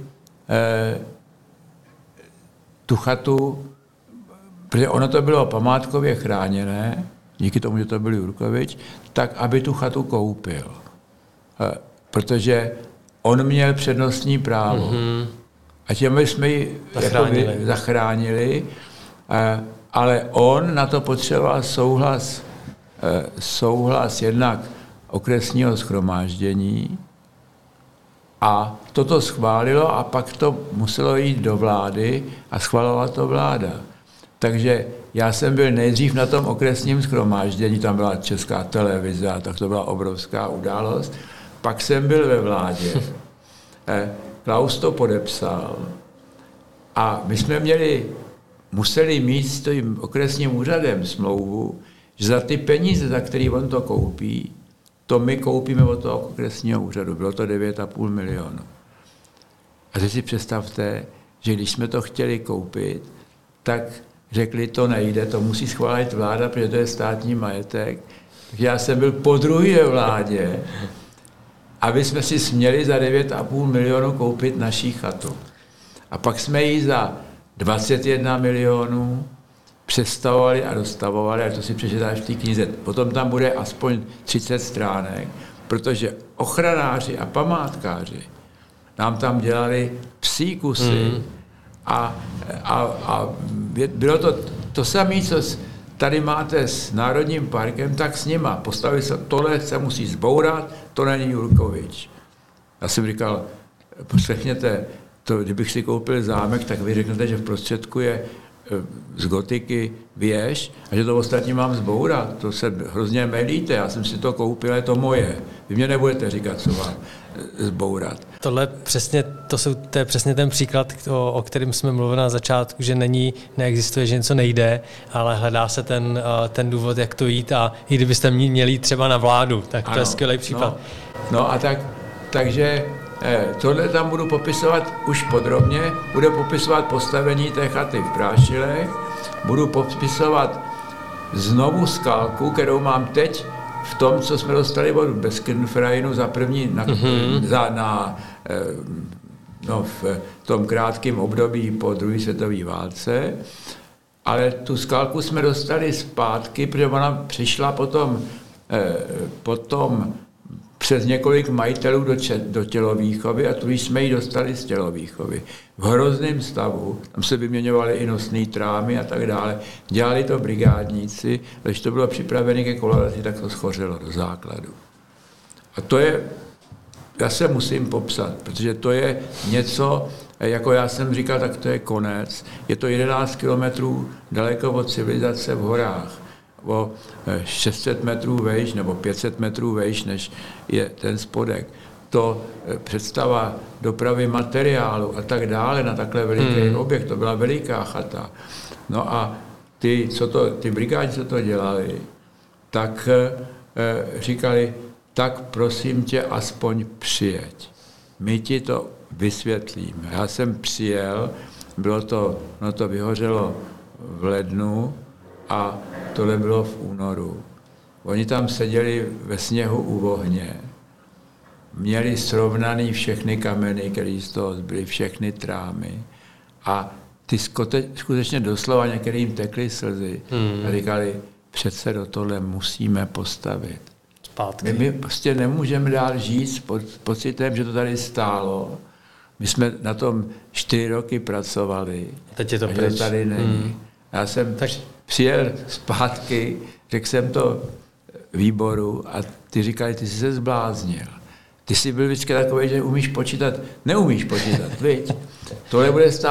tu chatu, protože ono to bylo památkově chráněné, díky tomu, že to byl Jurkovič, tak aby tu chatu koupil. Protože on měl přednostní právo. A tím jsme ji zachránili, ale on na to potřeboval souhlas jednak okresního shromáždění a toto schválilo a pak to muselo jít do vlády a schvalovala to vláda. Takže já jsem byl nejdřív na tom okresním shromáždění, tam byla Česká televize, tak to byla obrovská událost. Pak jsem byl ve vládě. Klaus to podepsal a my jsme museli mít s tím okresním úřadem smlouvu, že za ty peníze, za který on to koupí, to my koupíme od toho okresního úřadu. Bylo to 9,5 milionu. A teď si představte, že když jsme to chtěli koupit, tak řekli, to nejde, to musí schválit vláda, protože to je státní majetek. Takže já jsem byl podruhý ve vládě, aby jsme si směli za 9,5 milionu koupit naší chatu. A pak jsme ji za 21 milionů přestavovali a dostavovali, a to si přečítáš v té knize. Potom tam bude aspoň 30 stránek, protože ochranáři a památkáři nám tam dělali psí kusy a bylo to samé, co tady máte s Národním parkem, tak s nima. Postavili se, tohle se musí zbourat, to není Jurkovič. Já jsem říkal, poslechněte, to, kdybych si koupil zámek, tak vy řeknete, že v prostředku je z gotiky věž a že to ostatní mám zbourat. To se hrozně melíte, já jsem si to koupil, je to moje. Vy mě nebudete říkat, co mám zbourat. To je přesně ten příklad, o kterém jsme mluvili na začátku, že neexistuje, že něco nejde, ale hledá se ten důvod, jak to jít a i kdybyste měli jít třeba na vládu, tak to je skvělý příklad. No a takže tohle tam budu popisovat už podrobně, budu popisovat postavení té chaty v Prášilech, budu popisovat znovu skalku, kterou mám teď v tom, co jsme dostali od Beskenfreinu za první, v tom krátkém období po druhé světové válce, ale tu skalku jsme dostali zpátky, protože ona přišla potom přes několik majitelů do tělovýchovy a tu jsme ji dostali z tělovýchovy. V hrozném stavu, tam se vyměňovaly i nosné trámy a tak dále. Dělali to brigádníci, když to bylo připravené ke kolonizaci, tak to schořelo do základu. A to je, já se musím popsat, protože to je něco, jako já jsem říkal, tak to je konec. Je to 11 kilometrů daleko od civilizace v horách. O 600 metrů vejš nebo 500 metrů vejš, než je ten spodek. To představa dopravy materiálu a tak dále na takhle veliký objekt, to byla veliká chata. No a ty brigádi, co to dělali, tak říkali, tak prosím tě, aspoň přijeď. My ti to vysvětlíme. Já jsem přijel, to vyhořelo v lednu, a tohle bylo v únoru. Oni tam seděli ve sněhu u ohně, měli srovnaný všechny kameny, které z toho zbyly, všechny trámy a ty skutečně doslova některým tekly slzy a říkali, přece do tohle musíme postavit. Zpátky. My prostě nemůžeme dál žít s pocitem, že to tady stálo. My jsme na tom 4 roky pracovali. Teď je to a že to tady není. Já jsem přijel zpátky, řekl jsem to výboru a ty říkali, ty jsi se zbláznil. Ty jsi byl vždycky takový, že umíš počítat. Neumíš počítat, viď? Tohle bude stát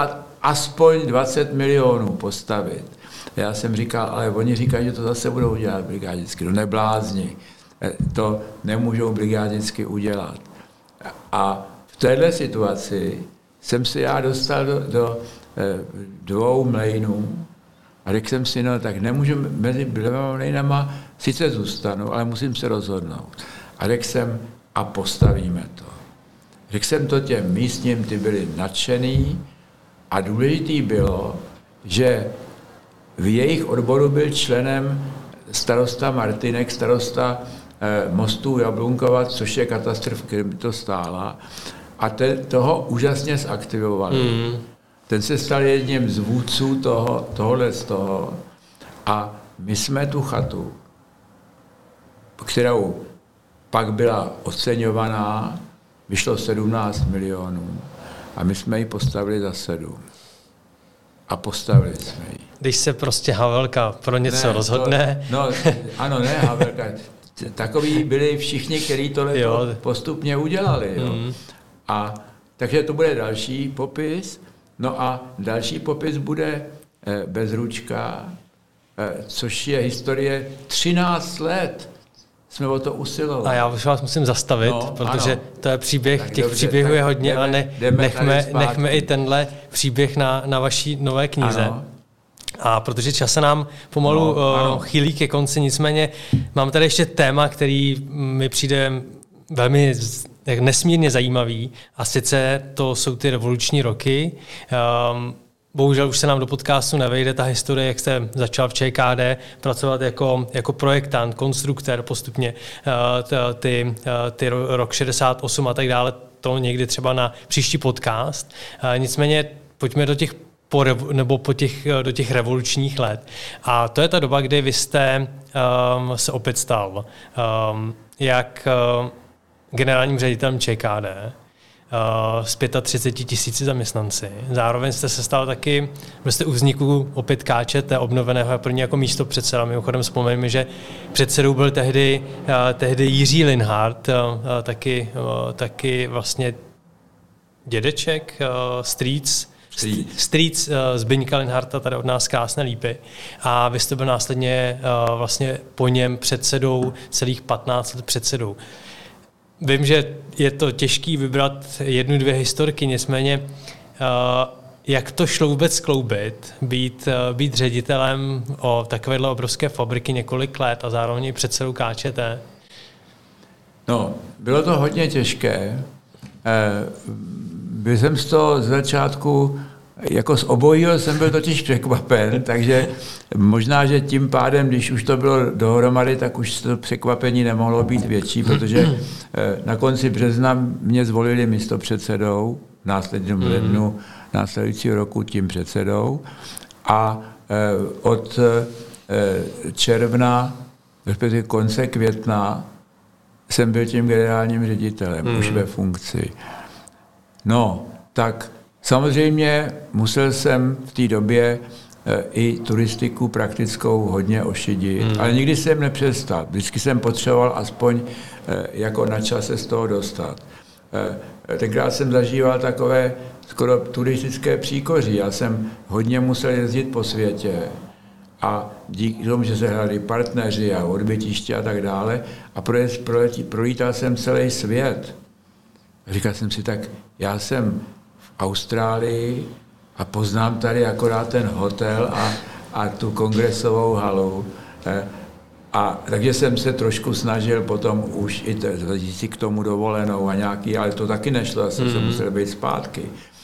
aspoň 20 milionů postavit. Já jsem říkal, ale oni říkají, že to zase budou dělat brigádicky. No neblázni, to nemůžou brigádicky udělat. A v téhle situaci jsem se já dostal do 2 mlejnů a řekl jsem si, no tak nemůžu mezi 2 mlejnama, sice zůstanu, ale musím se rozhodnout. A řekl jsem, a postavíme to. Řekl jsem to těm místním, ty byli nadšený a důležitý bylo, že v jejich odboru byl členem starosta Martinek, starosta Mostů Jablunkova, což je katastr, v kterém to stála. A toho úžasně zaktivovali. Ten se stal jedním z vůdců tohohle z toho. A my jsme tu chatu, kterou pak byla oceňovaná, vyšlo 17 milionů a my jsme ji postavili za 7. A postavili jsme ji. Když se prostě Havelka pro něco rozhodne. Ano, Havelka. Takoví byli všichni, kteří tohle postupně udělali. Jo. A takže to bude další popis. No a další popis bude Bezručka, což je historie 13 let. Jsme o to usilovali. A já už vás musím zastavit, protože to je příběh, tak těch dobře, příběhů je hodně, ale nechme i tenhle příběh na vaší nové knize. Ano. A protože čas se nám pomalu chýlí ke konci, nicméně mám tady ještě téma, který mi přijde velmi nesmírně zajímavý, a sice to jsou ty revoluční roky. Bohužel už se nám do podcastu nevejde ta historie, jak jste začal v ČKD pracovat jako projektant, konstruktor postupně, ty rok 68 a tak dále, to někdy třeba na příští podcast. Nicméně pojďme do těch revolučních let. A to je ta doba, kdy vy jste se opět stal jak generálním ředitelem ČKD, s 35 000 zaměstnanci. Zároveň jste se stal taky, byl jste u vzniku opět KČT obnoveného první jako místopředseda. Mimochodem vzpomeňme, že předsedou byl tehdy Jiří Linhart, taky vlastně dědeček, strýc Zbyňka Linharta, tady od nás krásné Lípy. A vy jste byl následně vlastně po něm předsedou celých 15 let předsedou. Vím, že je to těžký vybrat 1-2 historky, nicméně jak to šlo vůbec skloubit, být ředitelem o takovéhle obrovské fabriky několik let a zároveň i předsedou KČT? No, bylo to hodně těžké. Byl jsem z toho z začátku, jako z obojího jsem byl totiž překvapen, takže možná, že tím pádem, když už to bylo dohromady, tak už to překvapení nemohlo být větší, protože na konci března mě zvolili místopředsedou, v následném lednu následujícího roku tím předsedou a od června, respektive konce května, jsem byl tím generálním ředitelem, už ve funkci. No, tak samozřejmě musel jsem v té době i turistiku praktickou hodně ošidit, ale nikdy jsem nepřestal. Vždycky jsem potřeboval aspoň jako na čas se z toho dostat. Tenkrát jsem zažíval takové skoro turistické příkoří. Já jsem hodně musel jezdit po světě a díky tomu, že se hledali partneři a odbytiště a tak dále a prolítal jsem celý svět. Říkal jsem si, tak já jsem v Austrálii a poznám tady akorát ten hotel a tu kongresovou halu. A takže jsem se trošku snažil potom už i zajít si k tomu dovolenou a nějaký, ale to taky nešlo, já jsem se musel být zpátky.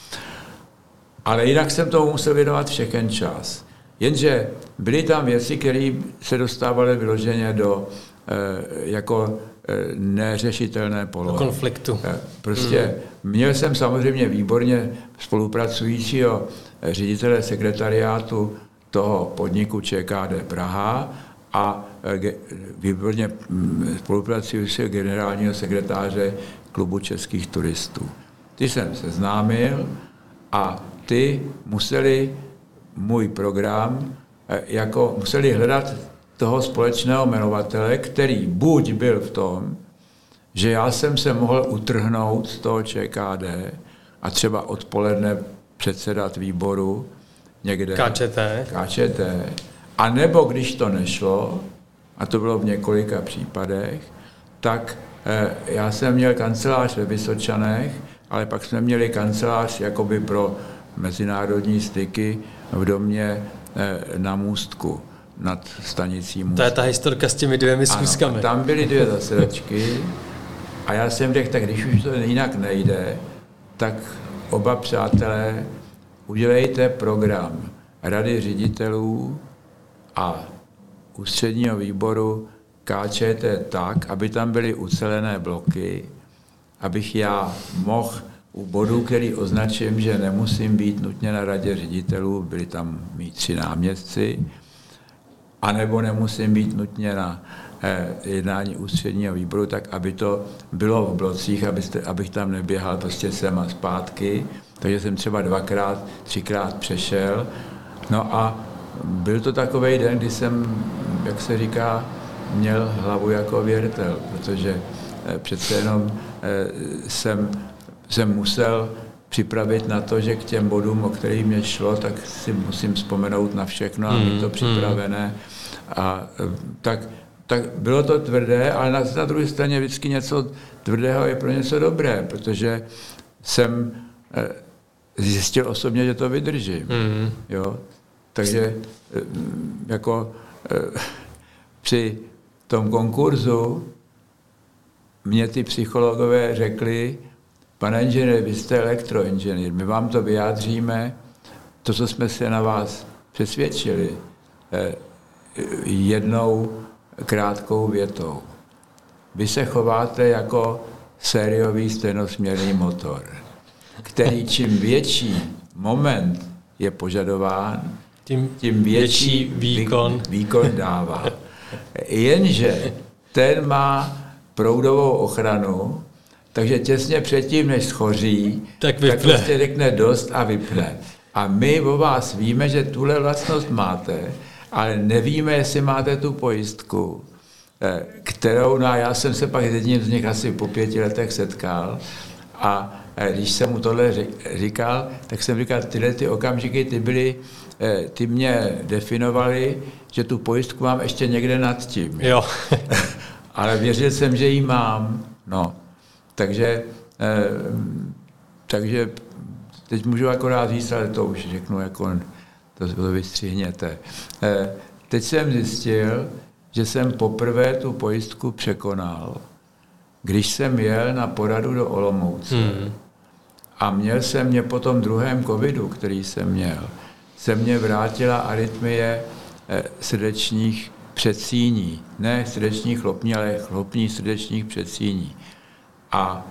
Ale jinak jsem tomu musel věnovat všechen čas. Jenže byly tam věci, které se dostávaly vyloženě do jako neřešitelné polohy. Konfliktu. Prostě měl jsem samozřejmě výborně spolupracujícího ředitele sekretariátu toho podniku ČKD Praha a výborně spolupracujícího generálního sekretáře Klubu českých turistů. Ty jsem seznámil a ty museli můj program, museli hledat toho společného jmenovatele, který buď byl v tom, že já jsem se mohl utrhnout z toho ČKD a třeba odpoledne předsedat výboru někde. KČT. A nebo když to nešlo, a to bylo v několika případech, tak já jsem měl kancelář ve Vysočanech, ale pak jsme měli kancelář jakoby pro mezinárodní styky v domě na Můstku, nad stanicí Můstek. To je ta historka s těmi 2 schůzkami. Ano, tam byly 2 zasedačky a já jsem řekl, tak když už to jinak nejde, tak oba přátelé udělejte program Rady ředitelů a ústředního výboru KČT tak, aby tam byly ucelené bloky, abych já mohl u bodů, který označím, že nemusím být nutně na radě ředitelů, byli tam mít 3 náměstci, anebo nemusím být nutně na jednání ústředního výboru, tak aby to bylo v blocích, abych tam neběhal prostě sem a zpátky. Takže jsem třeba 2krát, 3krát přešel. No a byl to takovej den, kdy jsem, jak se říká, měl hlavu jako věrtel, protože přece jenom jsem musel připravit na to, že k těm bodům, o kterých mě šlo, tak si musím vzpomenout na všechno a mít to připravené. A tak bylo to tvrdé, ale na druhé straně vždycky něco tvrdého je pro něco dobré, protože jsem zjistil osobně, že to vydržím. Jo? Takže jako při tom konkurzu mě ty psychologové řekli, pane inženýr, vy jste elektroinženýr, my vám to vyjádříme, to, co jsme se na vás přesvědčili, jednou krátkou větou. Vy se chováte jako sériový stejnosměrný motor, který čím větší moment je požadován, tím větší výkon dává. Jenže ten má proudovou ochranu, takže těsně předtím, než schoří, tak prostě řekne dost a vypne. A my o vás víme, že tuhle vlastnost máte, ale nevíme, jestli máte tu pojistku, kterou, no já jsem se pak s jedním z nich asi po 5 letech setkal a když jsem mu tohle říkal, tak jsem říkal, tyhle ty okamžiky, ty mě definovaly, že tu pojistku mám ještě někde nad tím. Jo. Ale věřil jsem, že ji mám. No. Takže teď můžu akorát říct, ale to už řeknu, jako to vystřihněte. Teď jsem zjistil, že jsem poprvé tu pojistku překonal, když jsem jel na poradu do Olomouce. A mě po tom druhém covidu, který jsem měl, se mě vrátila arytmie srdečních předsíní. Ne srdečních chlopní, ale chlopní srdečních předsíní. A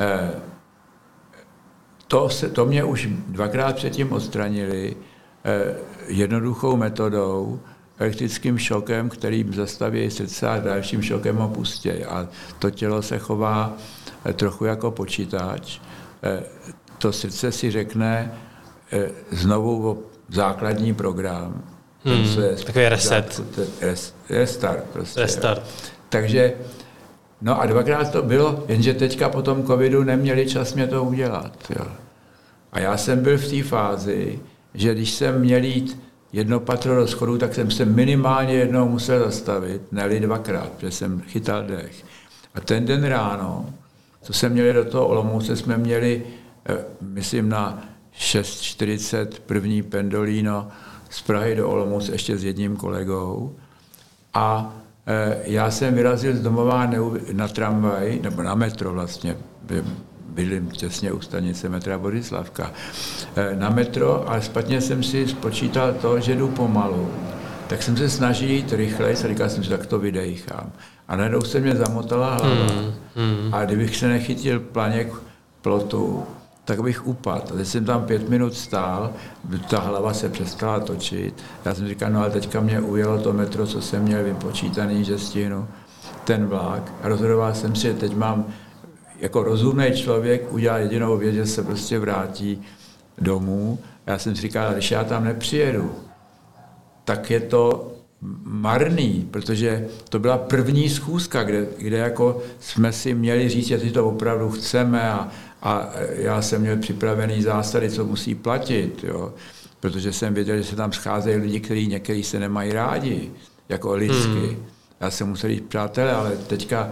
to mě už 2krát předtím odstranili jednoduchou metodou, elektrickým šokem, kterým zastaví srdce a dalším šokem ho pustí. A to tělo se chová trochu jako počítač. To srdce si řekne znovu základní program. Takový reset. Restart prostě. Restart. Takže, no a 2krát to bylo, jenže teďka po tom covidu neměli čas mě to udělat. Jo. A já jsem byl v té fázi, že když jsem měl jít 1 patro do schodu, tak jsem se minimálně jednou musel zastavit, ne-li 2krát, protože jsem chytal dech. A ten den ráno, co jsme měli do toho Olomouce, jsme měli, myslím, na 6:40 první pendolino z Prahy do Olomouce ještě s jedním kolegou. A já jsem vyrazil z domova na tramvaj, nebo na metro vlastně, bydlím těsně u stanice metra Borislavka, na metro, ale špatně jsem si spočítal to, že jdu pomalu. Tak jsem se snažil jít rychleji a říkal jsem si, tak to vydejchám. A najednou se mě zamotala hlava. A kdybych se nechytil planěk plotu, tak bych upadl. A teď jsem tam 5 minut stál, ta hlava se přestala točit. Já jsem říkal, no ale teďka mě ujelo to metro, co jsem měl vypočítaný, že stihnu ten vlak. A rozhodoval jsem si, že teď mám jako rozumný člověk udělal jedinou věc, že se prostě vrátí domů. A já jsem si říkal, když já tam nepřijedu, tak je to marný, protože to byla první schůzka, kde jako jsme si měli říct, jestli to opravdu chceme A já jsem měl připravený zásady, co musí platit, jo? Protože jsem věděl, že se tam scházejí lidi, někteří se nemají rádi, jako lidsky. Já jsem musel jít přátelé, ale teďka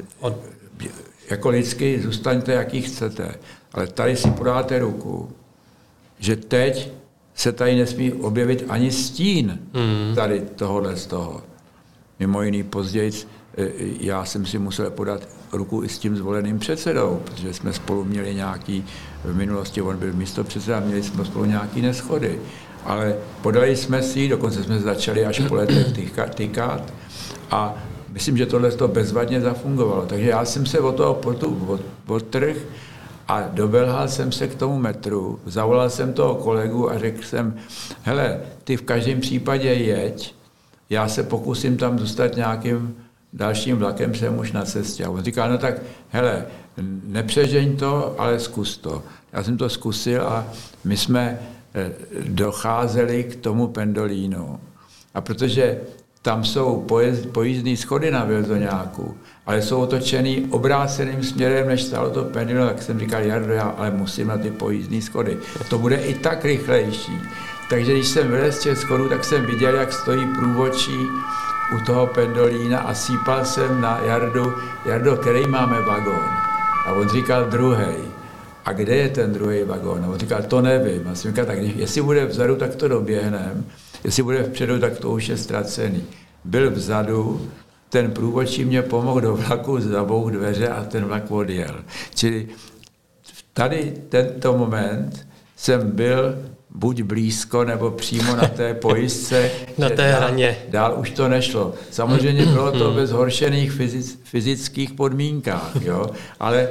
jako lidsky zůstaňte, jaký chcete. Ale tady si podáte ruku, že teď se tady nesmí objevit ani stín tady tohohle z toho. Mimo jiný později já jsem si musel podat ruku i s tím zvoleným předsedou, protože jsme spolu měli nějaký, v minulosti on byl místopředseda, měli jsme spolu nějaký neschody. Ale podali jsme si, dokonce jsme začali až po letech tykat a myslím, že tohle to bezvadně zafungovalo. Takže já jsem se od toho portu odtrhl a dobelhal jsem se k tomu metru, zavolal jsem toho kolegu a řekl jsem, hele, ty v každém případě jeď, já se pokusím tam dostat nějakým dalším vlakem, jsem už na cestě. A on říkal, no tak, hele, nepřežeň to, ale zkus to. Já jsem to zkusil a my jsme docházeli k tomu pendolínu. A protože tam jsou pojízdné schody na Vilzoňáku, ale jsou otočený obráceným směrem, než stálo to pendolino, tak jsem říkal, Jardo, já ale musím na ty pojízdné schody. To bude i tak rychlejší. Takže když jsem vylez z těch schodů, tak jsem viděl, jak stojí průvodčí u toho pendolína a sípal jsem na Jardo, který máme vagón? A on říkal, druhej. A kde je ten druhý vagón? A on říkal, to nevím. A jsem říkal, tak jestli bude vzadu, tak to doběhnem. Jestli bude vpředu, tak to už je ztracený. Byl vzadu, ten průvodčí mě pomohl do vlaku, zabouch dveře a ten vlak odjel. Čili tady tento moment jsem byl buď blízko, nebo přímo na té pojistce. Na té hraně. Dál už to nešlo. Samozřejmě bylo to ve zhoršených fyzických podmínkách, jo? Ale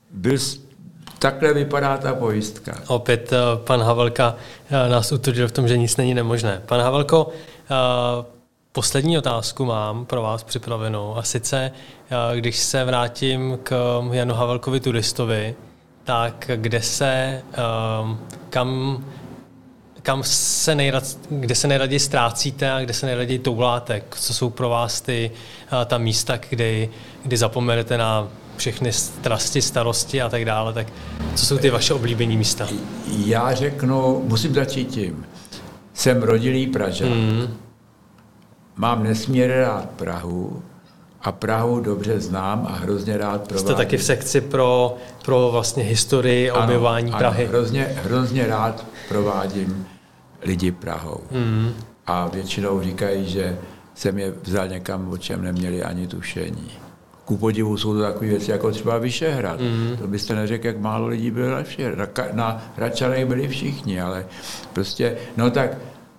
takhle vypadá ta pojistka. Opět pan Havelka nás utvrdil v tom, že nic není nemožné. Pan Havelko, poslední otázku mám pro vás připravenou. A sice, když se vrátím k Janu Havelkovi turistovi, tak kde se nejraději ztrácíte a kde se nejraději touláte? Co jsou pro vás ta místa, kdy zapomenete na všechny strasti, starosti a tak dále? Tak co jsou ty vaše oblíbené místa? Já řeknu, musím začít tím. Jsem rodilý Pražan. Mám nesmírně rád Prahu a Prahu dobře znám a hrozně rád provádím. Jste taky v sekci pro vlastně historii a objevování Prahy. Hrozně rád provádím lidi Prahou. A většinou říkají, že jsem je vzal někam, o čem neměli ani tušení. Ku podivu jsou to takové věci, jako třeba Vyšehrad. To byste neřekl, jak málo lidí bylo na Vyšehrad. Na Hradčanech byli všichni, ale prostě, no tak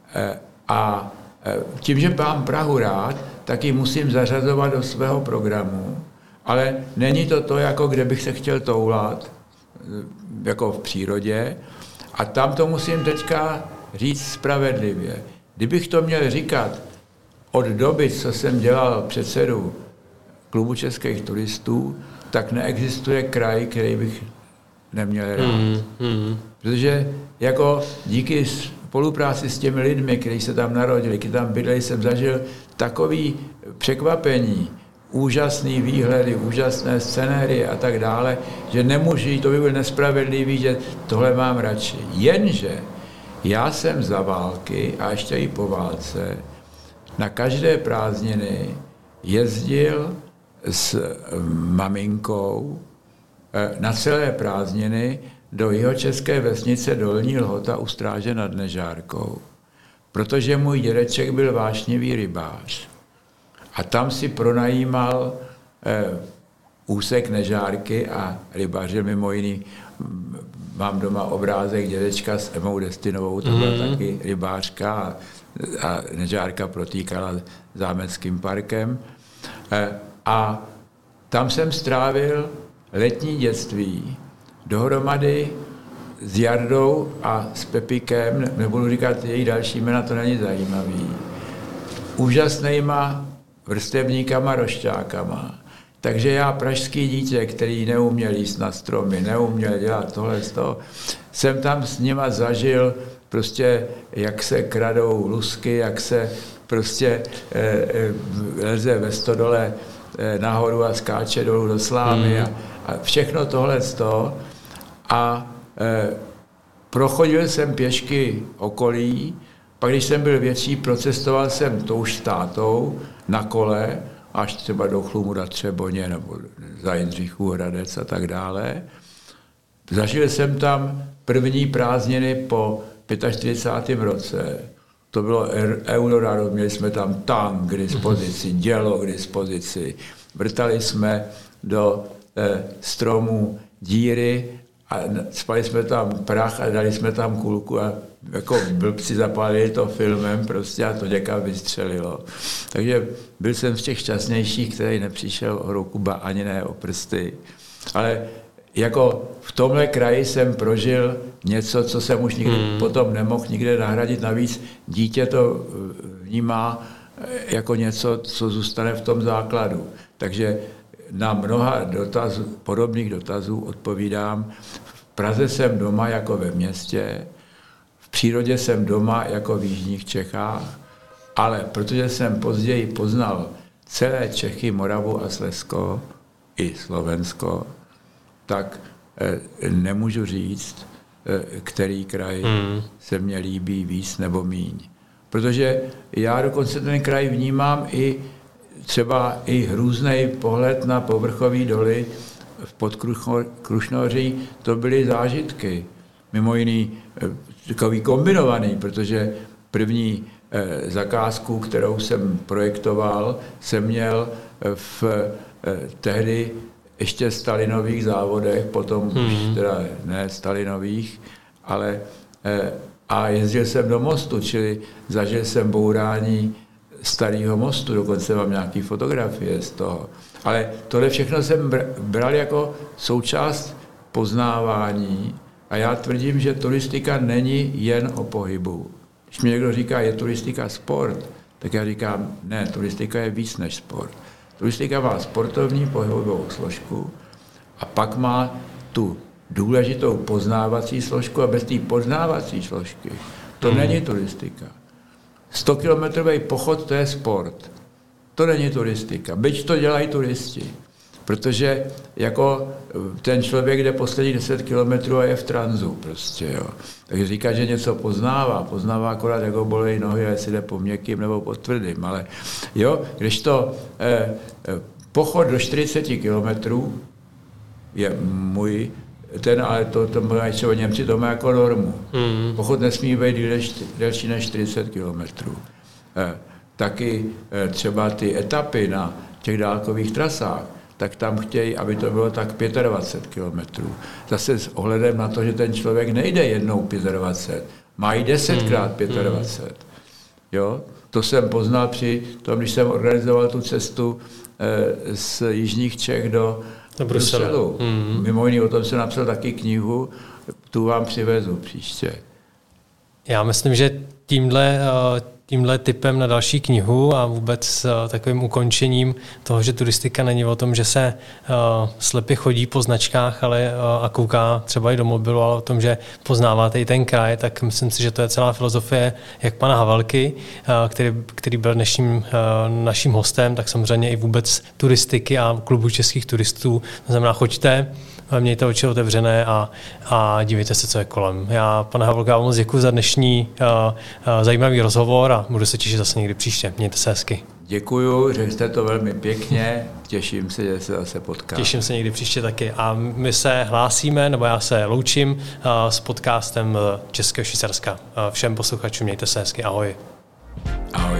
a tím, že mám Prahu rád, tak ji musím zařazovat do svého programu, ale není to, jako kde bych se chtěl toulat, jako v přírodě, a tam to musím teďka říct spravedlivě. Kdybych to měl říkat od doby, co jsem dělal předsedu Klubu českých turistů, tak neexistuje kraj, který bych neměl rád. Protože jako díky spolupráci s těmi lidmi, kteří se tam narodili, kteří tam bydleli, jsem zažil takový překvapení, úžasný výhledy, úžasné scenérie a tak dále, že nemůžu, to by byl nespravedlivý, že tohle mám radši. Jenže já jsem za války a ještě i po válce na každé prázdniny jezdil s maminkou na celé prázdniny do jihočeské vesnice Dolní Lhota u Stráže nad Nežárkou, protože můj dědeček byl vášnivý rybář a tam si pronajímal úsek Nežárky a rybařil mimo jiný. Mám doma obrázek dědečka s Emou Destinovou, to byla taky rybářka a Nežárka protýkala zámeckým parkem. A tam jsem strávil letní dětství dohromady s Jardou a s Pepikem, nebudu říkat její další jména, to není zajímavý, úžasnýma vrstevníkama, rošťákama. Takže já, pražský dítě, který neuměl jíst na stromy, neuměl dělat tohle z toho, jsem tam s nima zažil prostě, jak se kradou lusky, jak se prostě leze ve stodole nahoru a skáče dolů do slámy a všechno tohle z toho. a prochodil jsem pěšky okolí, pak když jsem byl větší, procestoval jsem to už s tátou na kole, až třeba do Chlumu na Třeboně nebo za Jindřichův Hradec a tak dále. Zažil jsem tam první prázdniny po 45. roce. To bylo Eldorado, měli jsme tam tank k dispozici, dělo k dispozici. Vrtali jsme do stromů díry a spali jsme tam prach a dali jsme tam kulku a jako blbci zapálili to filmem prostě a to někam vystřelilo. Takže byl jsem z těch šťastnějších, který nepřišel o ruku, ba ani ne o prsty. Ale jako v tomhle kraji jsem prožil něco, co jsem už nikdy potom nemohl nikde nahradit. Navíc dítě to vnímá jako něco, co zůstane v tom základu. Takže na mnoha podobných dotazů odpovídám. V Praze jsem doma jako ve městě, v přírodě jsem doma jako v jižních Čechách, ale protože jsem později poznal celé Čechy, Moravu a Slezsko i Slovensko, tak nemůžu říct, který kraj se mně líbí víc nebo míň. Protože já dokonce ten kraj vnímám i třeba i hrůzný pohled na povrchový doly v Podkrušnohoří, to byly zážitky. Mimo jiný takový kombinovaný, protože první zakázku, kterou jsem projektoval, jsem měl v tehdy ještě stalinových závodech, potom už teda ne stalinových, ale a jezdil jsem do mostu, čili zažil jsem bourání starého mostu, dokonce mám nějaké fotografie z toho. Ale tohle všechno jsem bral jako součást poznávání a já tvrdím, že turistika není jen o pohybu. Když mi někdo říká, je turistika sport, tak já říkám, ne, turistika je víc než sport. Turistika má sportovní pohybovou složku a pak má tu důležitou poznávací složku a bez té poznávací složky to není turistika. 100-kilometrový pochod, to je sport. To není turistika. Byť to dělají turisti. Protože jako ten člověk jde poslední 10 kilometrů a je v tranzu prostě, jo. Takže říká, že něco poznává akorát, jako bolej nohy, a jestli jde po měkkým nebo po tvrdým. Ale jo, když to pochod do 40 kilometrů je můj, ale to mají třeba Němci, to má jako normu. Pochod nesmí být delší než 40 kilometrů. Taky třeba ty etapy na těch dálkových trasách, tak tam chtějí, aby to bylo tak 25 kilometrů. Zase s ohledem na to, že ten člověk nejde jednou 25, má i 10krát 25. Jo? To jsem poznal při tom, když jsem organizoval tu cestu z jižních Čech do Bruselu. Mimo jiný o tom jsem napsal taky knihu, tu vám přivezu příště. Já myslím, že tímhle tipem na další knihu a vůbec takovým ukončením toho, že turistika není o tom, že se slepě chodí po značkách a kouká třeba i do mobilu, ale o tom, že poznáváte i ten kraj, tak myslím si, že to je celá filozofie jak pana Havelky, který byl dnešním naším hostem, tak samozřejmě i vůbec turistiky a klubu českých turistů. To znamená, choďte, mějte oči otevřené a dívejte se, co je kolem. Já, pane Havelka, vám moc děkuji za dnešní zajímavý rozhovor a budu se těšit zase někdy příště. Mějte se hezky. Děkuju, řekl jste to velmi pěkně, těším se, že se zase potkáme. Těším se někdy příště taky a my se hlásíme, nebo já se loučím s podcastem Českého Švýcarska. Všem posluchačům mějte se hezky, ahoj. Ahoj.